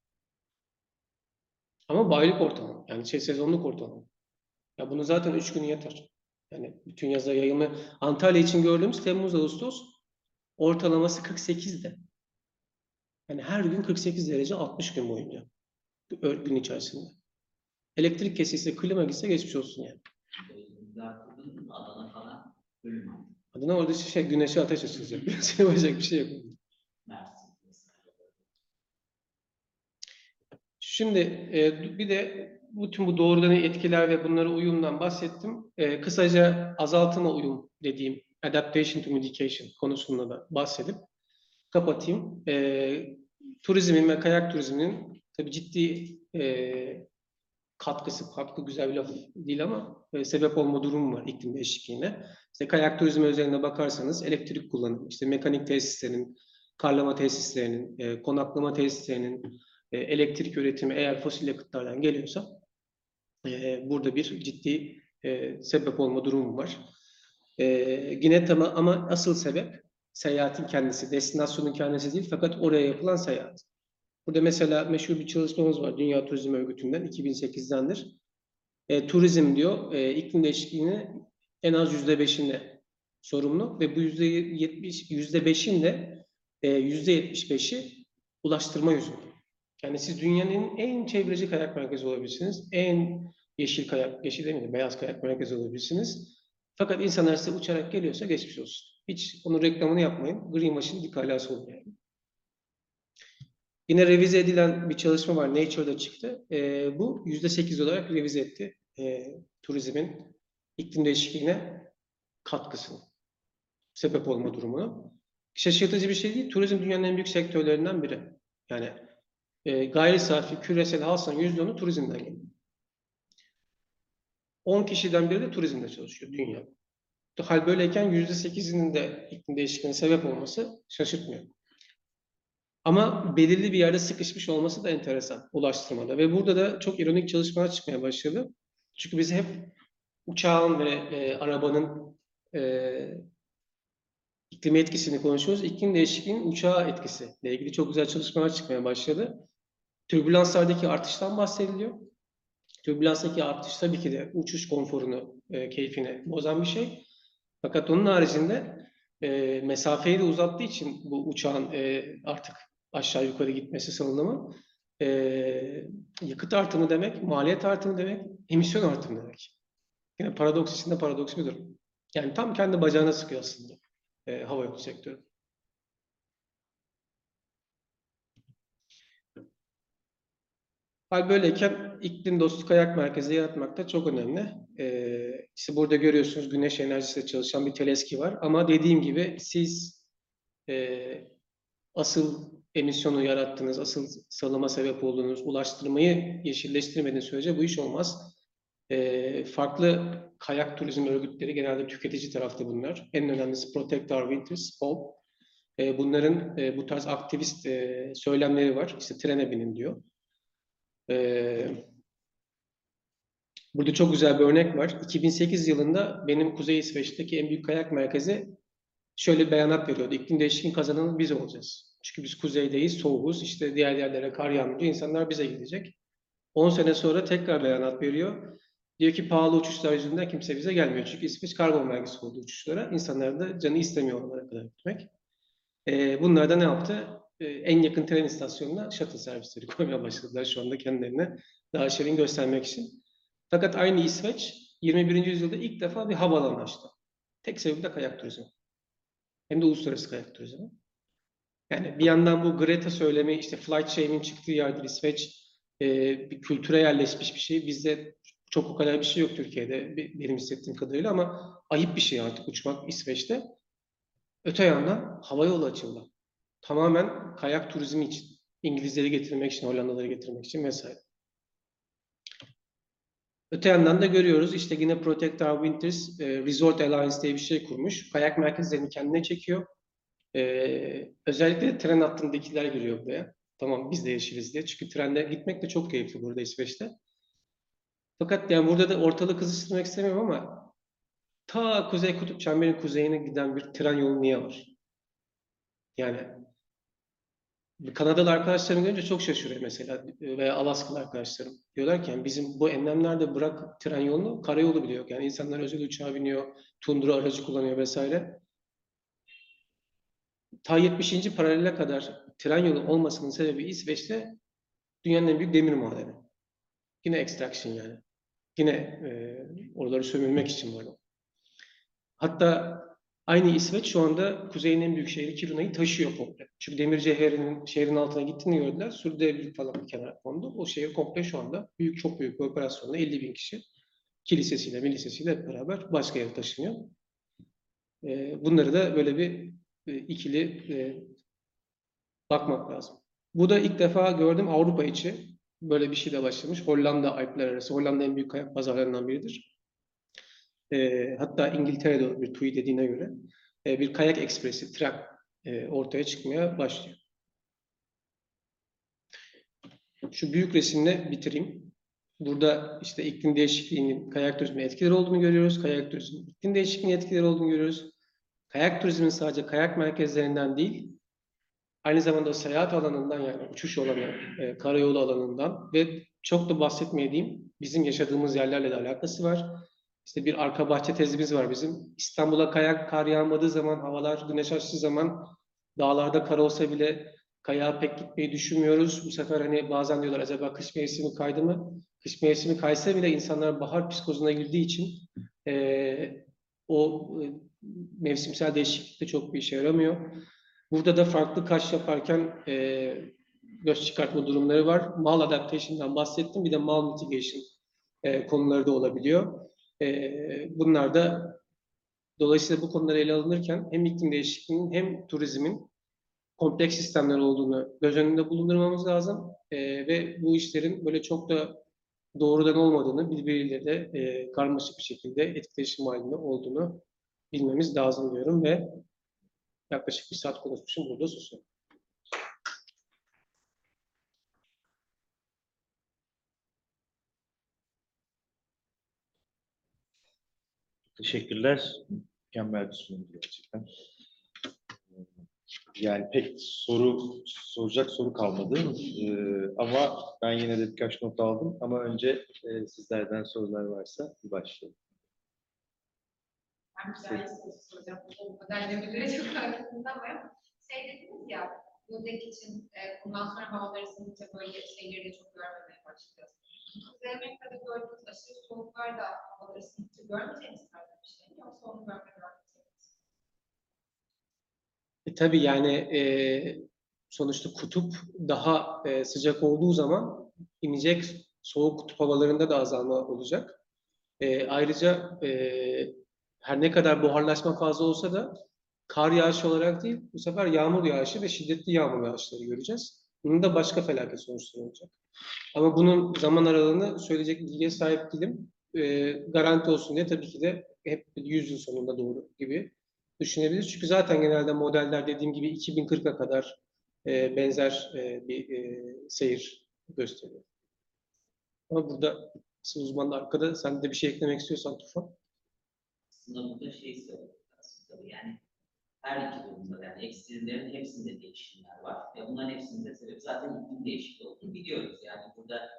Ama baylık ortalama. Yani şey, sezonluk ortalama. Ya bunu zaten üç gün yeter. Yani bütün yaza yayılma. Antalya için gördüğümüz Temmuz Ağustos ortalaması kırk sekizde. Yani her gün kırk sekiz derece altmış gün boyunca. Gün içerisinde. Elektrik kesilse, klima gitse geçmiş olsun yani. Adana falan ölüm. Adına orada şey, güneşe ateş açılacak. Biraz yapacak bir şey yok. Şimdi e, bir de bütün bu doğrudan etkiler ve bunlara uyumdan bahsettim. E, kısaca azaltıma uyum dediğim adaptation to mitigation konusunda da bahsedip kapatayım. E, turizmin ve kayak turizminin tabii ciddi e, katkısı, farklı güzel bir laf değil ama e, sebep olma durumu var iklim değişikliğine. İşte kayak turizmi özelinde bakarsanız elektrik kullanımı, işte mekanik tesislerin, karlama tesislerinin, e, konaklama tesislerinin e, elektrik üretimi eğer fosil yakıtlardan geliyorsa e, burada bir ciddi e, sebep olma durumu var. E, yine tamam ama asıl sebep seyahatin kendisi, destinasyonun kendisi değil fakat oraya yapılan seyahat. Burada mesela meşhur bir çalışmamız var Dünya Turizm Örgütü'nden iki bin sekizdendir. E, turizm diyor e, iklim değişikliğinin en az yüzde beşinde sorumlu ve bu yüzde yetmiş, yüzde beşin de e, yüzde yetmiş beşi ulaştırma yüzünden. Yani siz dünyanın en çevreci kayak merkezi olabilirsiniz, en yeşil kayak, yeşil demeyeyim, beyaz kayak merkezi olabilirsiniz. Fakat insanlar size uçarak geliyorsa geçmiş olsun. Hiç onun reklamını yapmayın. Greenwashing dik alası olur yani. Yine revize edilen bir çalışma var. Nature'da çıktı. E, bu yüzde sekiz olarak revize etti. E, turizmin iklim değişikliğine katkısını, sebep olma durumunu. Şaşırtıcı bir şey değil. Turizm dünyanın en büyük sektörlerinden biri. Yani e, gayri safi küresel hasılanın yüzde onu turizmden geliyor. on kişiden biri de turizmde çalışıyor dünya. Hal böyleyken yüzde sekizinin de iklim değişikliğine sebep olması şaşırtmıyor. Ama belirli bir yerde sıkışmış olması da enteresan ulaştırmada. Ve burada da çok ironik çalışmalar çıkmaya başladı. Çünkü biz hep uçağın ve e, arabanın e, iklim etkisini konuşuyoruz. İklim değişikliğinin uçağa etkisiyle ilgili çok güzel çalışmalar çıkmaya başladı. Türbülanslardaki artıştan bahsediliyor. Türbülanstaki artış tabii ki de uçuş konforunu, e, keyfini bozan bir şey. Fakat onun haricinde e, mesafeyi de uzattığı için bu uçağın e, artık aşağı yukarı gitmesi salınımı e, yakıt artımı demek, maliyet artımı demek, emisyon artımı demek. Yine paradoks içinde paradoks bir durum. Yani tam kendi bacağına sıkıyor aslında e, havayolu sektörü. Hal böyleyken iklim dostu kayak merkezi yaratmak da çok önemli. Ee, işte burada görüyorsunuz güneş enerjisiyle çalışan bir teleski var. Ama dediğim gibi siz e, asıl emisyonu yarattınız, asıl salıma sebep olduğunuz, ulaştırmayı yeşilleştirmediğiniz sürece bu iş olmaz. E, farklı kayak turizm örgütleri genelde tüketici tarafta bunlar. En önemlisi Protect Our Winters, P O W. E, bunların e, bu tarz aktivist e, söylemleri var. İşte trene binin diyor. E, burada çok güzel bir örnek var. iki bin sekiz yılında benim Kuzey İsveç'teki en büyük kayak merkezi şöyle bir beyanat veriyordu. İklim değişikliğinin kazananı biz olacağız. Çünkü biz kuzeydeyiz, soğuğuz. İşte diğer yerlere kar yağınca insanlar bize gidecek. on sene sonra tekrar beyanat veriyor. Diyor ki pahalı uçuşlar yüzünden kimse bize gelmiyor. Çünkü İsveç karbon vergisi oldu uçuşlara. İnsanlar da canı istemiyor oralara kadar gitmek. Ee, bunlar da ne yaptı? Ee, en yakın tren istasyonuna shuttle servisleri koymaya başladılar şu anda kendilerine daha şirin göstermek için. Fakat aynı İsveç yirmi birinci yüzyılda ilk defa bir havaalanı açtı. Tek sebebi de kayak turizmi. Hem de uluslararası kayak turizmi. Yani bir yandan bu Greta söylemi, işte flight shaming çıktığı yerdir İsveç, e, bir kültüre yerleşmiş bir şey. Bizde çok o kadar bir şey yok Türkiye'de benim hissettiğim kadarıyla ama ayıp bir şey artık uçmak İsveç'te. Öte yandan havayolu açıldı. Tamamen kayak turizmi için. İngilizleri getirmek için, Hollandalıları getirmek için vesaire. Öte yandan da görüyoruz işte yine Protect Our Winters e, Resort Alliance diye bir şey kurmuş. Kayak merkezlerini kendine çekiyor. E, özellikle tren hattındakiler giriyor buraya. Tamam biz de yeşiliz diye. Çünkü trende gitmek de çok keyifli burada İsveç'te. Fakat yani burada da ortalığı kızıştırmak istemiyorum ama ta Kuzey Kutup Çemberi'nin kuzeyine giden bir tren yolu niye var? Yani Kanadalı arkadaşlarım görünce çok şaşırıyor mesela veya Alaskalı arkadaşlarım. Diyorlar ki yani bizim bu enlemlerde bırak tren yolunu karayolu bile yok. Yani insanlar özel uçağa biniyor, tundra aracı kullanıyor vesaire. Ta yetmişinci paralele kadar tren yolu olmasının sebebi İsveç'te dünyanın en büyük demir madeni. Yine extraction yani. Yine e, oraları sömürmek için var. Hatta aynı İsveç şu anda kuzeyin en büyük şehri Kiruna'yı taşıyor komple. Çünkü demir cevherinin şehrin altına gittiğini gördüler. Sürdürülebilirlik falan bir kenara kondu. O şehir komple şu anda büyük, çok büyük bir operasyonla elli bin kişi kilisesiyle, milisesiyle hep beraber başka yere taşınıyor. E, bunları da böyle bir e, ikili e, bakmak lazım. Bu da ilk defa gördüm Avrupa içi. Böyle bir şey de başlamış. Hollanda Alpler arası. Hollanda en büyük kayak pazarlarından biridir. E, hatta İngiltere'de bir TUI dediğine göre e, bir kayak ekspresi, tren e, ortaya çıkmaya başlıyor. Şu büyük resimle bitireyim. Burada işte iklim değişikliğinin kayak turizmine etkileri olduğunu görüyoruz. Kayak turizminin iklim değişikliğine etkileri olduğunu görüyoruz. Kayak turizminin sadece kayak merkezlerinden değil, aynı zamanda seyahat alanından yani uçuş alanı, e, karayolu alanından ve çok da bahsetmediğim bizim yaşadığımız yerlerle de alakası var. İşte bir arka bahçe tezimiz var bizim. İstanbul'a kayak kar yağmadığı zaman, havalar güneş açtığı zaman dağlarda kar olsa bile kayağa pek gitmeyi düşünmüyoruz. Bu sefer hani bazen diyorlar acaba kış mevsimi kaydı mı? Kış mevsimi kaysa bile insanlar bahar psikozuna girdiği için e, o e, mevsimsel değişiklik de çok bir işe yaramıyor. Burada da farklı kaş yaparken e, göz çıkartma durumları var. Mal adaptation'dan bahsettim. Bir de mal mitigation e, konuları da olabiliyor. E, bunlar da dolayısıyla bu konular ele alınırken hem iklim değişikliğinin hem turizmin kompleks sistemler olduğunu göz önünde bulundurmamız lazım. E, ve bu işlerin böyle çok da doğrudan olmadığını, birbiriyle de e, karmaşık bir şekilde etkileşim halinde olduğunu bilmemiz lazım diyorum ve yaklaşık bir saat konuşmuşum. Burada susuyorum. Teşekkürler. Mükemmel bir sunumdu gerçekten. Yani pek soru soracak soru kalmadı. Ee, ama ben yine de birkaç not aldım. Ama önce e, sizlerden sorular varsa bir başlayalım. Ben güzel bir soru soracağım. O modellemelere çok hakimim ama şey dediniz ya, buradaki için e, bundan sonra havalar ısınınca böyle şeyleri de çok görmemeye başlayacağız. Kuzey Amerika'da gördüğümüz aşırı soğuklar da havalar ısınınca görmeyeceğimiz tarzı bir şey mi? Yoksa onu görmeye devam edeceğiz? E, tabii yani e, sonuçta kutup daha e, sıcak olduğu zaman inecek soğuk kutup havalarında da azalma olacak. E, ayrıca e, her ne kadar buharlaşma fazla olsa da kar yağışı olarak değil, bu sefer yağmur yağışı ve şiddetli yağmur yağışları göreceğiz. Bunun da başka felaket sonuçları olacak. Ama bunun zaman aralığını söyleyecek bilgiye sahip değilim. E, garanti olsun diye tabii ki de hep yüz yıl sonunda doğru gibi düşünebiliriz. Çünkü zaten genelde modeller dediğim gibi iki bin kırka kadar e, benzer e, bir e, seyir gösteriyor. Ama burada sizin uzmanın arkada sen de bir şey eklemek istiyorsan Tufan. Aslında burada şey söyledik aslında yani her iki durumda yani ekstremlerin hepsinde değişimler var ve bunların hepsinde sebebi zaten iklim değişikliği olduğunu biliyoruz. Yani burada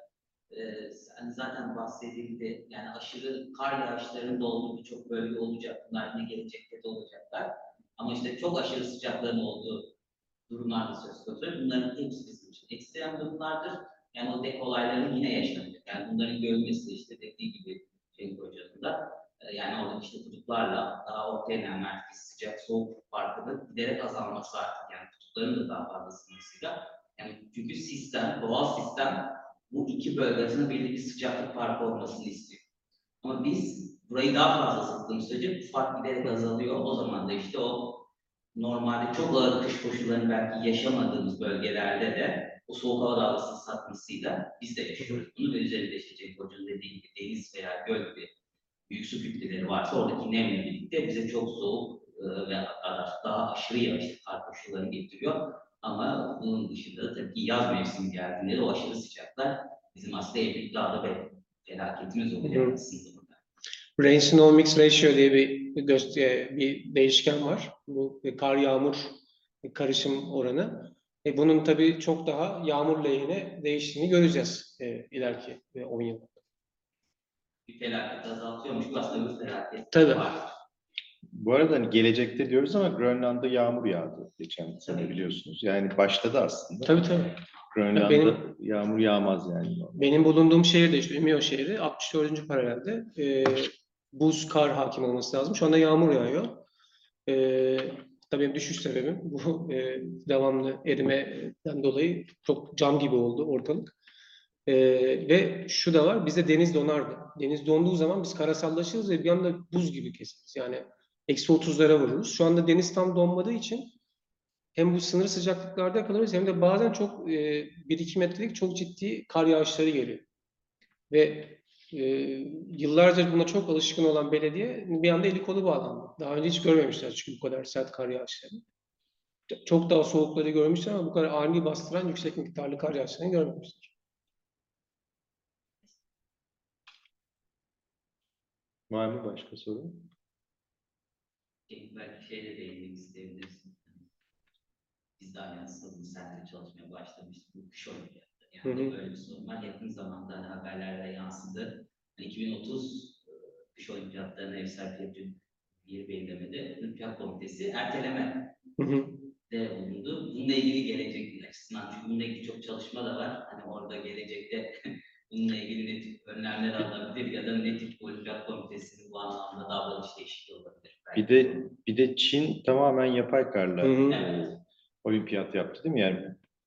e, hani zaten bahsedildi. Yani aşırı kar yağışlarının da olduğu birçok bölge olacak. Bunlar yine gelecekte de olacaklar. Ama işte çok aşırı sıcakların olduğu durumlar da söz konusu. Bunların hepsi bizim için ekstrem durumlardır. Yani o dek olayları yine yaşanacak. Yani bunların görülmesi de işte dediği gibi Cenk Hoca'nın da e, yani orada işte kutuplarla daha orta enlemlerdeki sıcak soğuk farkının giderek azalması artık. Yani kutupların da daha fazla ısınmasıyla. Yani çünkü sistem, doğal sistem bu iki bölge arasında belli bir sıcaklık farkı olmasını istiyor. Ama biz burayı daha fazla ısıttığımız sürece bu fark giderek azalıyor. O zaman da işte o normalde çok ağır kış koşullarını belki yaşamadığımız bölgelerde de o soğuk hava dalgasının satmasıyla biz de yaşıyoruz bunu ve üzerinde işte Cenk Hoca'nın dediği gibi deniz veya göl gibi büyük su kütleleri varsa oradaki nemle birlikte bize çok soğuk e, ve daha aşırı yağışlı kar koşullarını getiriyor. Ama bunun dışında da tabii ki yaz mevsimi geldiğinde de o aşırı sıcaklar bizim aslında en büyük dağda ve felaketimiz oluyor aslında burada. Rain-Snow-Mix Ratio diye bir, göster bir değişken var. Bu kar yağmur karışım oranı. E bunun tabii çok daha yağmur lehine değiştiğini göreceğiz e, ileriki on yılda. Bir felaket azaltıyormuş. Aslında bir felaket Tabii. var. Bu arada hani gelecekte diyoruz ama Grönland'da yağmur yağdı geçen sene biliyorsunuz. Yani başladı aslında. Tabii tabii. Grönland'da Benim- yağmur yağmaz yani. Benim bulunduğum şehir de işte Umeå şehri altmış dördüncü paralelde e, buz, kar hakim olması lazım. Şu anda yağmur yağıyor. E, tabii benim düşüş sebebim bu e, devamlı erimeden dolayı çok cam gibi oldu ortalık. E, ve şu da var, bizde deniz donardı. Deniz donduğu zaman biz karasallaşırız ve bir anda buz gibi keseriz. Yani eksi otuzlara vururuz. Şu anda deniz tam donmadığı için hem bu sınır sıcaklıklarda kalırız hem de bazen çok e, bir iki metrelik çok ciddi kar yağışları geliyor. Ve e, yıllarca buna çok alışkın olan belediye bir anda eli kolu bağlandı. Daha önce hiç görmemişler çünkü bu kadar sert kar yağışları. Çok daha soğukları görmüşler ama bu kadar ani bastıran yüksek miktarlı kar yağışlarını görmemişler. Var mı başka soru? Belki şeyle değinmek isteyebiliriz. Biz de aynı aslında bu sente çalışmaya başlamıştık. Bu kış olimpiyatı. Yani Hı hı. böyle bir sorun var. Yakın zamanda hani haberlerde yansıdı. Hani iki bin otuz e, kış olimpiyatlarına ev sahipliği yapacak bir belirlemede Olimpiyat Komitesi erteleme Hı hı. de bulundu. Bununla ilgili gelecek açısından çünkü bununla ilgili çok çalışma da var. Hani orada gelecekte bununla ilgili ne tip önlemler alınabilir ya da ne tip Olimpiyat Komitesi'nin bu anlamda davranış değişikliği olabilir. Bir de bir de Çin tamamen yapay karla Hı hı. e, olimpiyat yaptı değil mi? Yani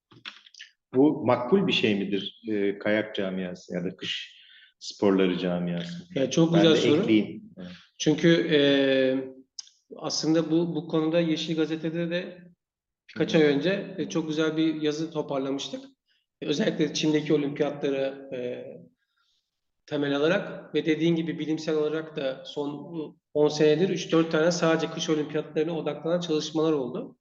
bu makbul bir şey midir e, kayak camiası ya da kış sporları camiası? Ya çok Ben güzel de soru. ekleyeyim. Evet. Çünkü e, aslında bu bu konuda Yeşil Gazete'de de birkaç ay önce e, çok güzel bir yazı toparlamıştık. E, Özellikle Çin'deki olimpiyatları e, temel alarak ve dediğin gibi bilimsel olarak da son on senedir üç dört tane sadece kış olimpiyatlarına odaklanan çalışmalar oldu.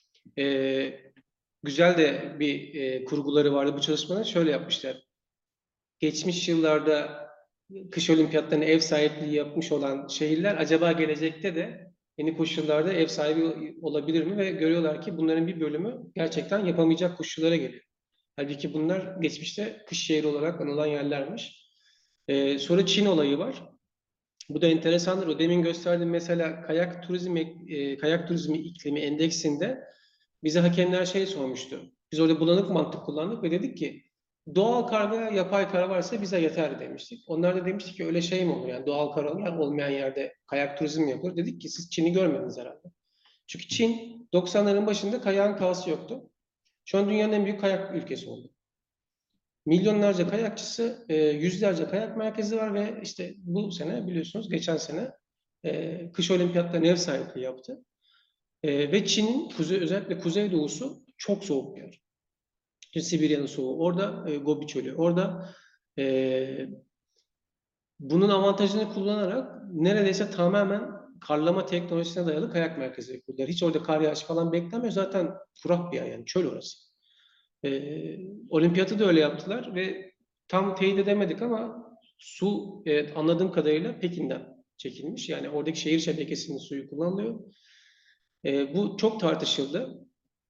E, güzel de bir e, kurguları vardı bu çalışmalar. Şöyle yapmışlar. Geçmiş yıllarda kış olimpiyatlarına ev sahipliği yapmış olan şehirler acaba gelecekte de yeni koşullarda ev sahibi olabilir mi? Ve görüyorlar ki bunların bir bölümü gerçekten yapamayacak koşullara geliyor. Halbuki bunlar geçmişte kış şehri olarak anılan yerlermiş. Ee, sonra Çin olayı var. Bu da enteresandır. O demin gösterdiğim mesela kayak turizmi e, kayak turizmi iklimi endeksinde bize hakemler şey sormuştu. Biz orada bulanık mantık kullandık ve dedik ki doğal kar veya yapay kar varsa bize yeter demiştik. Onlar da demişti ki öyle şey mi olur? Yani doğal kar olmayan yerde kayak turizmi yapılır. Dedik ki siz Çin'i görmediniz herhalde. Çünkü Çin doksanların başında kayağın kası yoktu. Şu an dünyanın en büyük kayak ülkesi oldu. Milyonlarca kayakçısı, e, yüzlerce kayak merkezi var ve işte bu sene biliyorsunuz geçen sene e, kış olimpiyatlarına ev sahipliği yaptı. E, ve Çin'in kuzey, özellikle kuzeydoğusu çok soğuk bir yer. İşte Sibirya'nın soğuğu, orada e, Gobi Çölü, orada e, bunun avantajını kullanarak neredeyse tamamen karlama teknolojisine dayalı kayak merkezleri kurdular. Hiç orada kar yağışı falan beklemiyor. Zaten kurak bir yer yani çöl orası. E, olimpiyatı da öyle yaptılar ve tam teyit edemedik ama su evet, anladığım kadarıyla Pekin'den çekilmiş. Yani oradaki şehir şebekesinin suyu kullanılıyor. E, bu çok tartışıldı.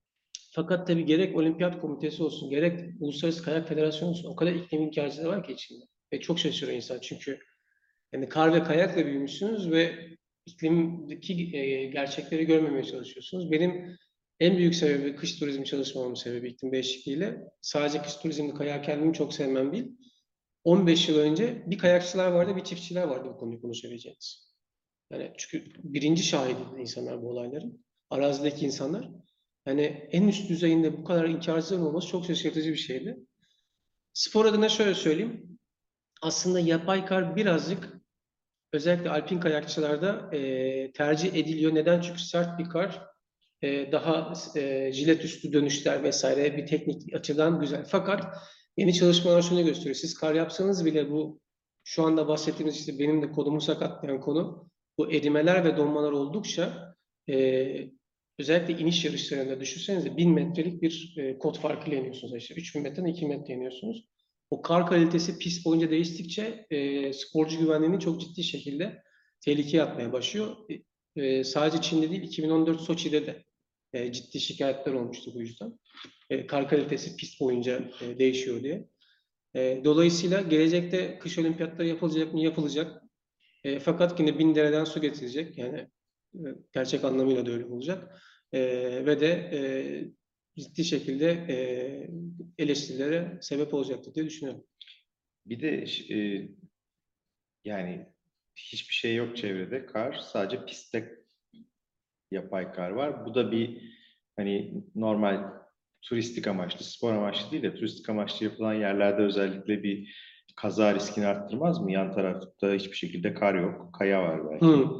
Fakat tabii gerek Olimpiyat Komitesi olsun, gerek Uluslararası Kayak Federasyonu olsun o kadar iklim inkarcıları var ki içinde. Ve çok şaşırıyor insan çünkü yani kar ve kayakla büyümüşsünüz ve iklimdeki e, gerçekleri görmemeye çalışıyorsunuz. Benim en büyük sebebi kış turizmi çalışmamın sebebi iklim değişikliğiyle. Sadece kış turizminde kayağı kendimi çok sevmem değil. on beş yıl önce bir kayakçılar vardı, bir çiftçiler vardı bu konuyu konuşabileceğiniz. Yani çünkü birinci şahidi insanlar bu olayların. Arazideki insanlar. Yani en üst düzeyinde bu kadar inkarcıların olması çok şaşırtıcı bir şeydi. Spor adına şöyle söyleyeyim. Aslında yapay kar birazcık özellikle alpin kayakçılarda e, tercih ediliyor. Neden? Çünkü sert bir kar e, daha e, jilet üstü dönüşler vesaire bir teknik açıdan güzel. Fakat yeni çalışmalar şunu gösteriyor. Siz kar yapsanız bile bu şu anda bahsettiğimiz işte benim de kolumu sakatlayan konu bu erimeler ve donmalar oldukça e, özellikle iniş yarışlarında düşünsenize bin metrelik bir e, kod farkıyla iniyorsunuz. İşte üç bin metreden iki metre iniyorsunuz. O kar kalitesi pist boyunca değiştikçe e, sporcu güvenliğini çok ciddi şekilde tehlikeye atmaya başlıyor. E, e, sadece Çin'de değil iki bin on dört Soçi'de de e, ciddi şikayetler olmuştu bu yüzden. E, kar kalitesi pist boyunca e, değişiyor diye. E, dolayısıyla gelecekte kış olimpiyatları yapılacak mı? Yapılacak. E, fakat yine bin dereden su getirilecek. Yani e, gerçek anlamıyla da öyle olacak. E, ve de e, ciddi şekilde e, eleştirilere sebep olacaktır diye düşünüyorum. Bir de e, yani hiçbir şey yok çevrede. Kar sadece pistte yapay kar var. Bu da bir hani normal turistik amaçlı, spor amaçlı değil de turistik amaçlı yapılan yerlerde özellikle bir kaza riskini arttırmaz mı? Yan tarafta hiçbir şekilde kar yok. Kaya var belki. Hı.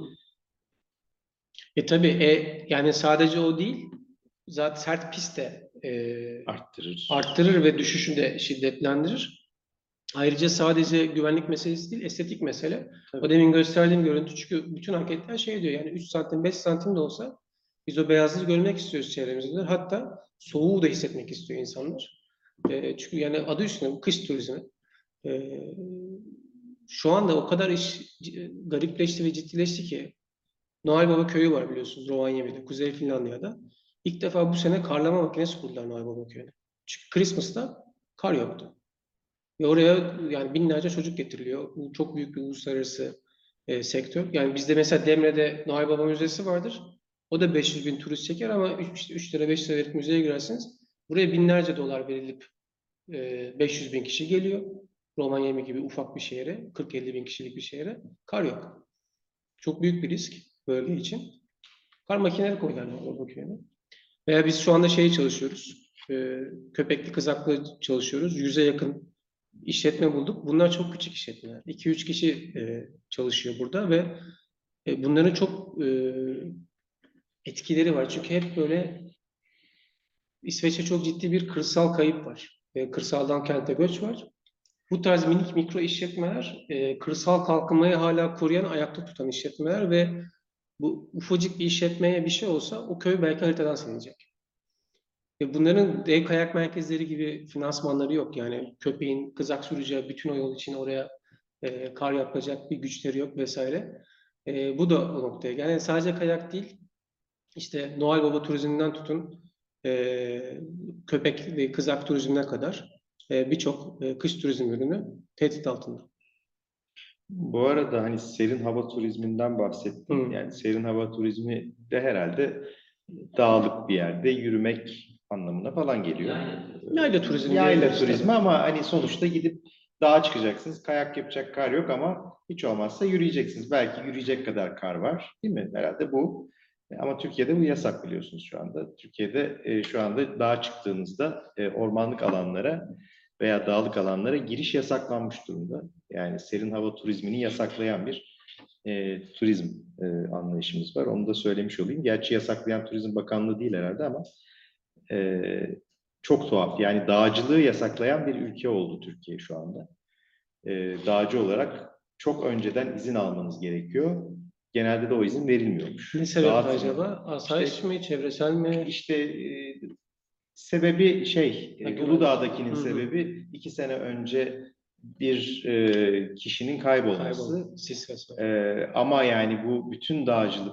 E tabii e, yani sadece o değil. Zaten sert pist de e, Arttırır. arttırır ve düşüşü de şiddetlendirir. Ayrıca sadece güvenlik meselesi değil, estetik mesele. Tabii. O demin gösterdiğim görüntü çünkü bütün anketler şey diyor yani üç santim, beş santim de olsa biz o beyazlığı görmek istiyoruz çevremizde. Hatta soğuğu da hissetmek istiyor insanlar. E, çünkü yani adı üstünde bu kış turizmi. E, şu anda o kadar iş c- garipleşti ve ciddileşti ki Noel Baba köyü var biliyorsunuz Rovaniemi'de, Kuzey Finlandiya'da. İlk defa bu sene karlama makinesi kurdular Noel Baba köyüne. Çünkü Christmas'ta kar yoktu. Ve oraya yani binlerce çocuk getiriliyor. Bu çok büyük bir uluslararası e, sektör. Yani bizde mesela Demre'de Noel Baba Müzesi vardır. O da beş yüz bin turist çeker ama üç, işte üç lira beş lira verip müzeye girersiniz. Buraya binlerce dolar verilip e, beş yüz bin kişi geliyor. Rovaniemi gibi ufak bir şehre, kırk elli bin kişilik bir şehre. Kar yok. Çok büyük bir risk bölge için. Kar makineleri koydular Noel Baba köyüne. Veya biz şu anda şeyi çalışıyoruz. E, köpekli kızaklı çalışıyoruz. Yüze yakın işletme bulduk. Bunlar çok küçük işletmeler. iki üç kişi e, çalışıyor burada ve e, bunların çok e, etkileri var. Çünkü hep böyle İsveç'te çok ciddi bir kırsal kayıp var. E, kırsaldan kente göç var. Bu tarz minik mikro işletmeler e, kırsal kalkınmayı hala koruyan, ayakta tutan işletmeler ve bu ufacık bir işletmeye bir şey olsa o köy belki haritadan silinecek. Ve bunların dev kayak merkezleri gibi finansmanları yok. Yani köpeğin kızak süreceği bütün o yol için oraya e, kar yapacak bir güçleri yok vesaire. E, bu da o noktaya. Yani sadece kayak değil, işte Noel Baba turizminden tutun, e, köpek ve kızak turizmine kadar e, birçok e, kış turizm ürünü tehdit altında. Bu arada hani serin hava turizminden bahsettin. Hı. Yani serin hava turizmi de herhalde dağlık bir yerde yürümek anlamına falan geliyor. Yayla turizmi Yayla diyebiliriz turizmi tabii. ama hani sonuçta gidip dağa çıkacaksınız. Kayak yapacak kar yok ama hiç olmazsa yürüyeceksiniz. Belki yürüyecek kadar kar var. Değil mi? Herhalde bu. Ama Türkiye'de bu yasak biliyorsunuz şu anda. Türkiye'de e, şu anda dağa çıktığınızda e, ormanlık alanlara veya dağlık alanlara giriş yasaklanmış durumda. Yani serin hava turizmini yasaklayan bir e, turizm e, anlayışımız var. Onu da söylemiş olayım. Gerçi yasaklayan Turizm Bakanlığı değil herhalde ama e, çok tuhaf. Yani dağcılığı yasaklayan bir ülke oldu Türkiye şu anda. E, dağcı olarak çok önceden izin almanız gerekiyor. Genelde de o izin verilmiyormuş. Ne sebeple Dağ acaba? tırmanma. Asayiş İşte, mi, çevresel mi? işte e, sebebi şey, Ha, e, güven. Uludağ'dakinin Hı hı. sebebi iki sene önce bir e, kişinin kaybolması. Kaybolma, sis vesaire. E, ama yani bu bütün dağcılık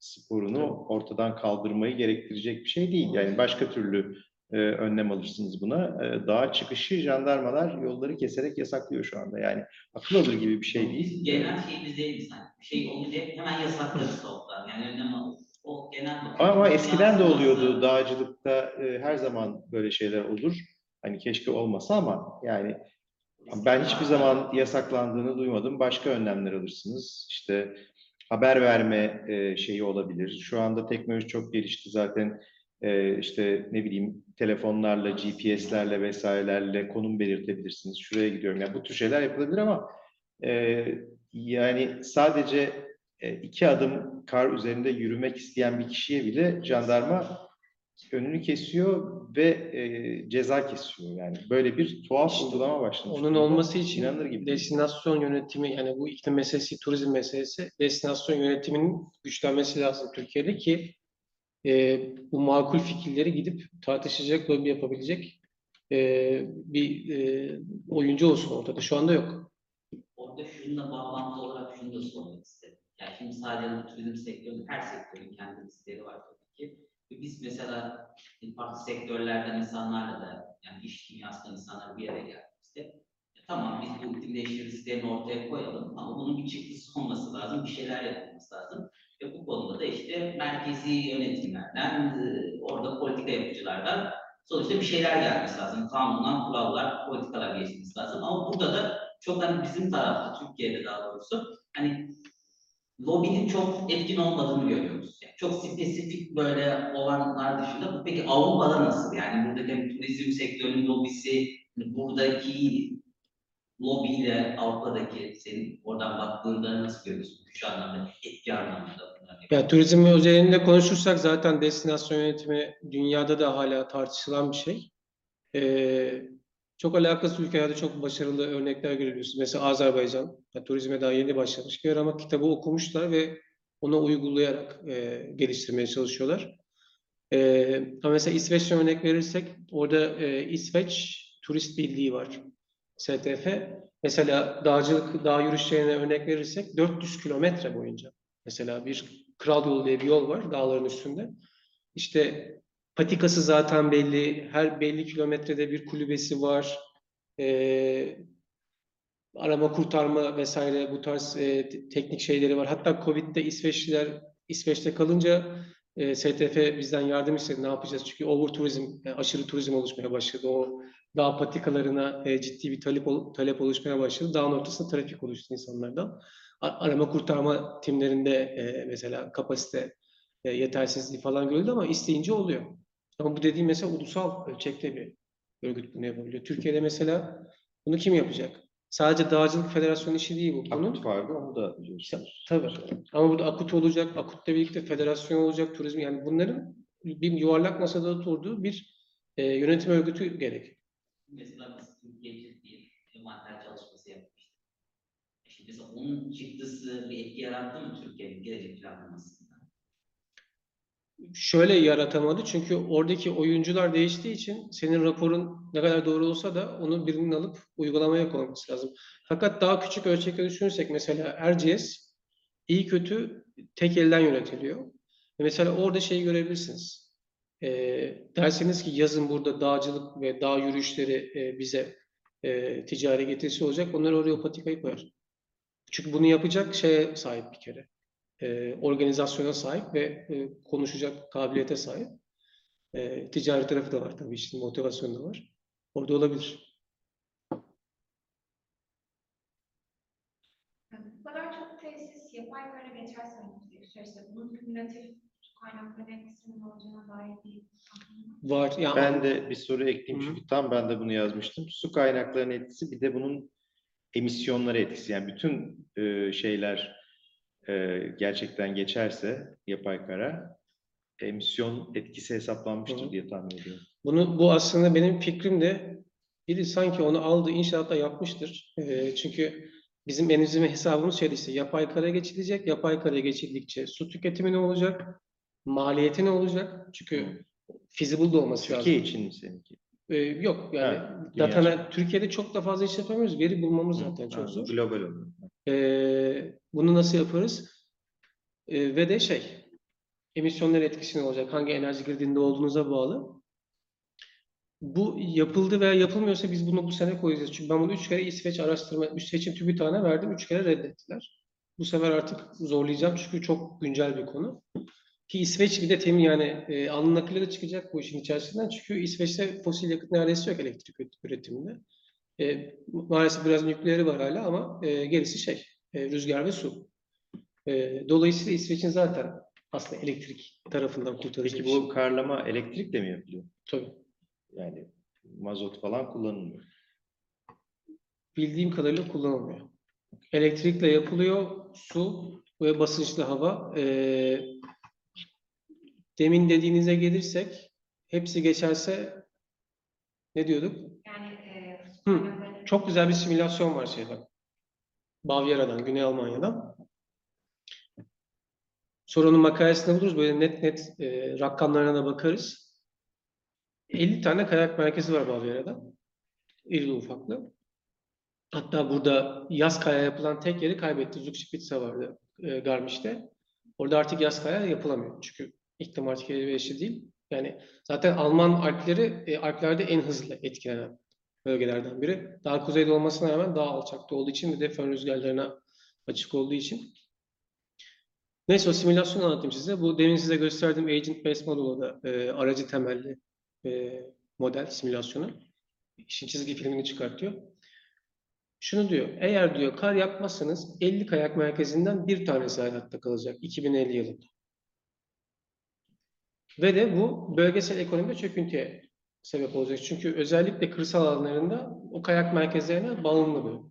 sporunu ortadan kaldırmayı gerektirecek bir şey değil. Yani başka türlü e, önlem alırsınız buna. E, dağa çıkışı jandarmalar yolları keserek yasaklıyor şu anda. Yani akıl alır gibi bir şey değil. Bizim genel şeyimiz değil mi sanki? Bir şey olunca hemen yasaklarız toptan. Yani önlem alırız. O genel bakış. Ama Bunun eskiden de yansıması- oluyordu. Dağcılıkta e, her zaman böyle şeyler olur. Hani keşke olmasa ama yani ben hiçbir zaman yasaklandığını duymadım. Başka önlemler alırsınız. İşte haber verme e, şeyi olabilir. Şu anda teknoloji çok gelişti zaten. E, işte ne bileyim telefonlarla, G P S'lerle vesairelerle konum belirtebilirsiniz. Şuraya gidiyorum. Yani bu tür şeyler yapılabilir ama e, yani sadece e, iki adım kar üzerinde yürümek isteyen bir kişiye bile jandarma önünü kesiyor ve e, ceza kesiyor. Yani böyle bir tuhaf İşte uygulama başlamış. onun durumda. olması için İnanılır gibi değil. destinasyon yönetimi, yani bu iklim meselesi, turizm meselesi, destinasyon yönetiminin güçlenmesi lazım Türkiye'de ki e, bu makul fikirleri gidip tartışacak, lobi yapabilecek e, bir e, oyuncu olsun ortada. Şu anda yok. Orada şununla bağlantılı olarak şunu da sormak istedim. Yani şimdi sadece bu turizm sektörünün, her sektörün kendi riskleri var tabii ki. Ve biz mesela farklı sektörlerden insanlarla da, yani iş dünyasından insanlar bir yere geldiğimizde, e, tamam biz bu iklim değişikliği risklerini ortaya koyalım ama bunun bir çıktısı olması lazım, bir şeyler yapılması lazım. Ve bu konuda da işte merkezi yönetimlerden, e, orada politika yapıcılardan sonuçta bir şeyler gelmesi lazım. Kanunlar, kurallar, politikalar geçmesi lazım. Ama burada da çok hani bizim tarafta, Türkiye'de daha doğrusu, hani lobinin çok etkin olmadığını görüyoruz. Yani çok spesifik böyle olanlar dışında, bu peki Avrupa'da nasıl? Yani buradaki hani turizm sektörünün lobisi, hani buradaki lobiyle Avrupa'daki, senin oradan baktığında nasıl görüyorsun? Güç anlamda, etki anlamında bunlar ne? Ya turizm özelinde konuşursak zaten destinasyon yönetimi dünyada da hala tartışılan bir şey. Ee, çok alakasız ülkelerde çok başarılı örnekler görüyoruz. Mesela Azerbaycan, ya, turizme daha yeni başlamış bir yer ama kitabı okumuşlar ve ona uygulayarak e, geliştirmeye çalışıyorlar. Ee, ama mesela İsveç'e örnek verirsek, orada e, İsveç Turist Birliği var, S T F. Mesela dağcılık, dağ yürüyüşlerine örnek verirsek dört yüz kilometre boyunca. Mesela bir Kral Yolu diye bir yol var dağların üstünde. İşte patikası zaten belli, her belli kilometrede bir kulübesi var. Ee, arama kurtarma vesaire bu tarz e, teknik şeyleri var. Hatta Covid'de İsveçliler İsveç'te kalınca e, S T F bizden yardım istedi. Ne yapacağız? Çünkü over turizm, yani aşırı turizm oluşmaya başladı. O dağ patikalarına e, ciddi bir talep ol- talep oluşmaya başladı. Dağın ortasında trafik oluştu insanlardan. A- arama kurtarma timlerinde e, mesela kapasite e, yetersizliği falan görüldü ama isteyince oluyor. Ama bu dediğim mesela ulusal ölçekte bir örgüt bunu yapabiliyor. Türkiye'de mesela bunu kim yapacak? Sadece Dağcılık Federasyonu işi değil bu. Bunun Akut vardı onu da İşte, biliyorsunuz. tabii. Ama burada akut olacak, akutla birlikte federasyon olacak, turizm, yani bunların bir yuvarlak masada oturduğu bir e, yönetim örgütü gerek. Mesela biz Türkiye için bir envanter çalışması yapmıştık. Şimdi mesela onun çıktısı bir etki yarattı mı Türkiye'nin gelecek planlamasında? Şöyle yaratamadı çünkü oradaki oyuncular değiştiği için senin raporun ne kadar doğru olsa da onu birinin alıp uygulamaya koyması lazım. Fakat daha küçük ölçekte düşünürsek mesela Erciyes iyi kötü tek elden yönetiliyor. Mesela orada şeyi görebilirsiniz. E, derseniz ki yazın burada dağcılık ve dağ yürüyüşleri e, bize e, ticari getirisi olacak. Onları oraya o patikayı koyar. Çünkü bunu yapacak şeye sahip bir kere. E, organizasyona sahip ve e, konuşacak kabiliyete sahip. E, ticari tarafı da var tabii, işin motivasyonu da var. Orada olabilir. Bu kadar çok tesis yapay göre geçerse önümüzdeki süreçte bunun kümülatif su kaynakları etkisinin olacağına dair bir tahminim var. Var. Yani, Ben de bir soru ekleyeyim Hı. çünkü tam ben de bunu yazmıştım. Su kaynaklarının etkisi bir de bunun emisyonları etkisi. Yani bütün e, şeyler e, gerçekten geçerse yapay kara emisyon etkisi hesaplanmıştır Hı. diye tahmin ediyorum. Bunu, bu aslında benim fikrim de, biri sanki onu aldı, inşaatta yapmıştır. E, çünkü bizim en bizim hesabımız şey işte, yapay karaya geçilecek. Yapay karaya geçildikçe su tüketimi ne olacak? Maliyeti ne olacak? Çünkü feasible de olması Türkiye lazım. için mi seninki? E, yok yani Ha, dünya data, Türkiye'de çok da fazla iş yapamıyoruz. Veri bulmamız Hı, zaten çok ha, zor. global olarak. E, bunu nasıl yaparız? E, ve de şey, emisyonların etkisi ne olacak? Hangi enerji gridinde olduğunuza bağlı. Bu yapıldı veya yapılmıyorsa biz bunu bu sene koyacağız. Çünkü ben bunu üç kere İsveç araştırma, üç seçim TÜBİTAK'ına verdim. Üç kere reddettiler. Bu sefer artık zorlayacağım çünkü çok güncel bir konu. Ki İsveç bir de temin yani e, alın nakliyle de çıkacak bu işin içerisinden. Çünkü İsveç'te fosil yakıt neredeyse yok elektrik üretiminde. E, maalesef biraz nükleeri var hala ama e, gerisi şey, e, rüzgar ve su. E, dolayısıyla İsveç'in zaten aslında elektrik tarafından kurtaracak Peki işi. bu karlama elektrikle mi yapılıyor? Tabii. Yani mazot falan kullanılmıyor. Bildiğim kadarıyla kullanılmıyor. Elektrikle yapılıyor, su ve basınçlı hava. E, demin dediğinize gelirsek, hepsi geçerse ne diyorduk? Yani e, Hı, kaynakları- çok güzel bir simülasyon var şeyden. Bavyera'dan, Güney Almanya'dan. Sonra onun makalesinde buluruz. Böyle net net e, rakamlarına da bakarız. elli tane kayak merkezi var Bavyera'da. İrili ufaklı. Hatta burada yaz kaya yapılan tek yeri kaybetti. Zugspitze vardı e, Garmisch'te. Orada artık yaz kaya yapılamıyor. Çünkü iklim artık elverişli değil. Yani zaten Alman Alpleri e, Alplerde en hızlı etkilenen bölgelerden biri. Daha kuzeyde olmasına rağmen daha alçakta olduğu için ve de fön rüzgarlarına açık olduğu için. Neyse o simülasyonu anlatayım size. Bu demin size gösterdiğim Agent Based Model o da e, aracı temelli e, model simülasyonu. İşin çizgi filmini çıkartıyor. Şunu diyor, eğer diyor kar yapmazsanız elli kayak merkezinden bir tanesi hayatta kalacak iki bin elli yılında. Ve de bu bölgesel ekonomide çöküntüye sebep olacak. Çünkü özellikle kırsal alanlarında o kayak merkezlerine bağımlı böyle.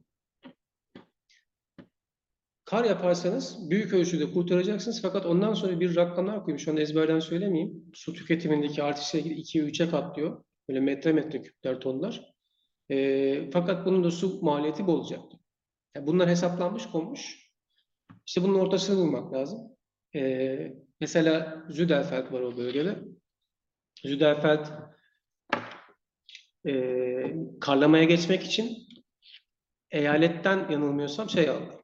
Kar yaparsanız büyük ölçüde kurtaracaksınız fakat ondan sonra bir rakamlar koyayım. Şu an ezberden söylemeyeyim. Su tüketimindeki artışla ilgili ikiye üçe katlıyor. Böyle metre metre küpler tonlar. E, fakat bunun da su maliyeti bu olacak. Yani bunlar hesaplanmış konmuş. İşte bunun ortasını bulmak lazım. E, mesela Süderfeld var o bölgede. Süderfeld e, karlamaya geçmek için eyaletten yanılmıyorsam şey aldı.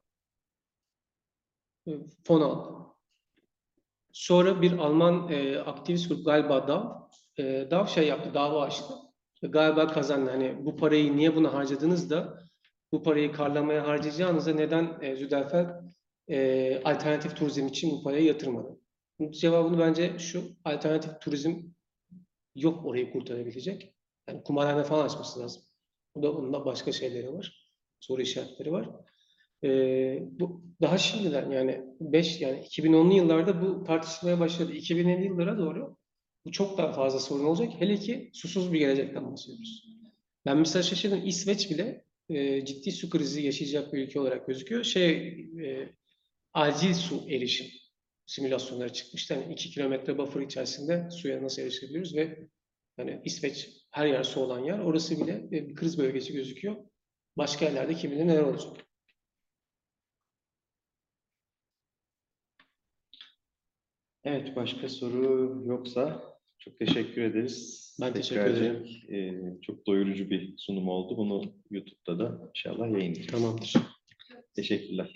E, fon aldı. Sonra bir Alman e, aktivist grup galiba D A V, e, D A V şey yaptı, dava açtı. E, galiba kazandı. Hani bu parayı niye buna harcadınız da bu parayı karlamaya harcayacağınıza neden e, Süderfeld e, alternatif turizm için bu parayı yatırmadı? Bunun cevabını bence şu, alternatif turizm yok orayı kurtarabilecek. Yani kumarhane falan açması lazım. Bu da onun da başka şeyleri var. Soru işaretleri var. Ee, bu daha şimdiden yani beş yani iki bin onlu yıllarda bu tartışmaya başladı. iki bin elli yıllara doğru bu çok daha fazla sorun olacak. Hele ki susuz bir gelecekten bahsediyoruz. Ben mesela şaşırdım. İsveç bile e, ciddi su krizi yaşayacak bir ülke olarak gözüküyor. Şey e, acil su erişim simülasyonları çıkmıştı. Yani iki kilometre buffer içerisinde suya nasıl erişebiliriz ve yani İsveç her yer su olan yer. Orası bile e, bir kriz bölgesi gözüküyor. Başka yerlerde kim bilir neler olacak. Evet, başka soru yoksa çok teşekkür ederiz. Ben teşekkür Tekrar ederim. Cenk, e, çok doyurucu bir sunum oldu. Bunu YouTube'da da inşallah yayınlayacağız. Tamamdır. Teşekkürler.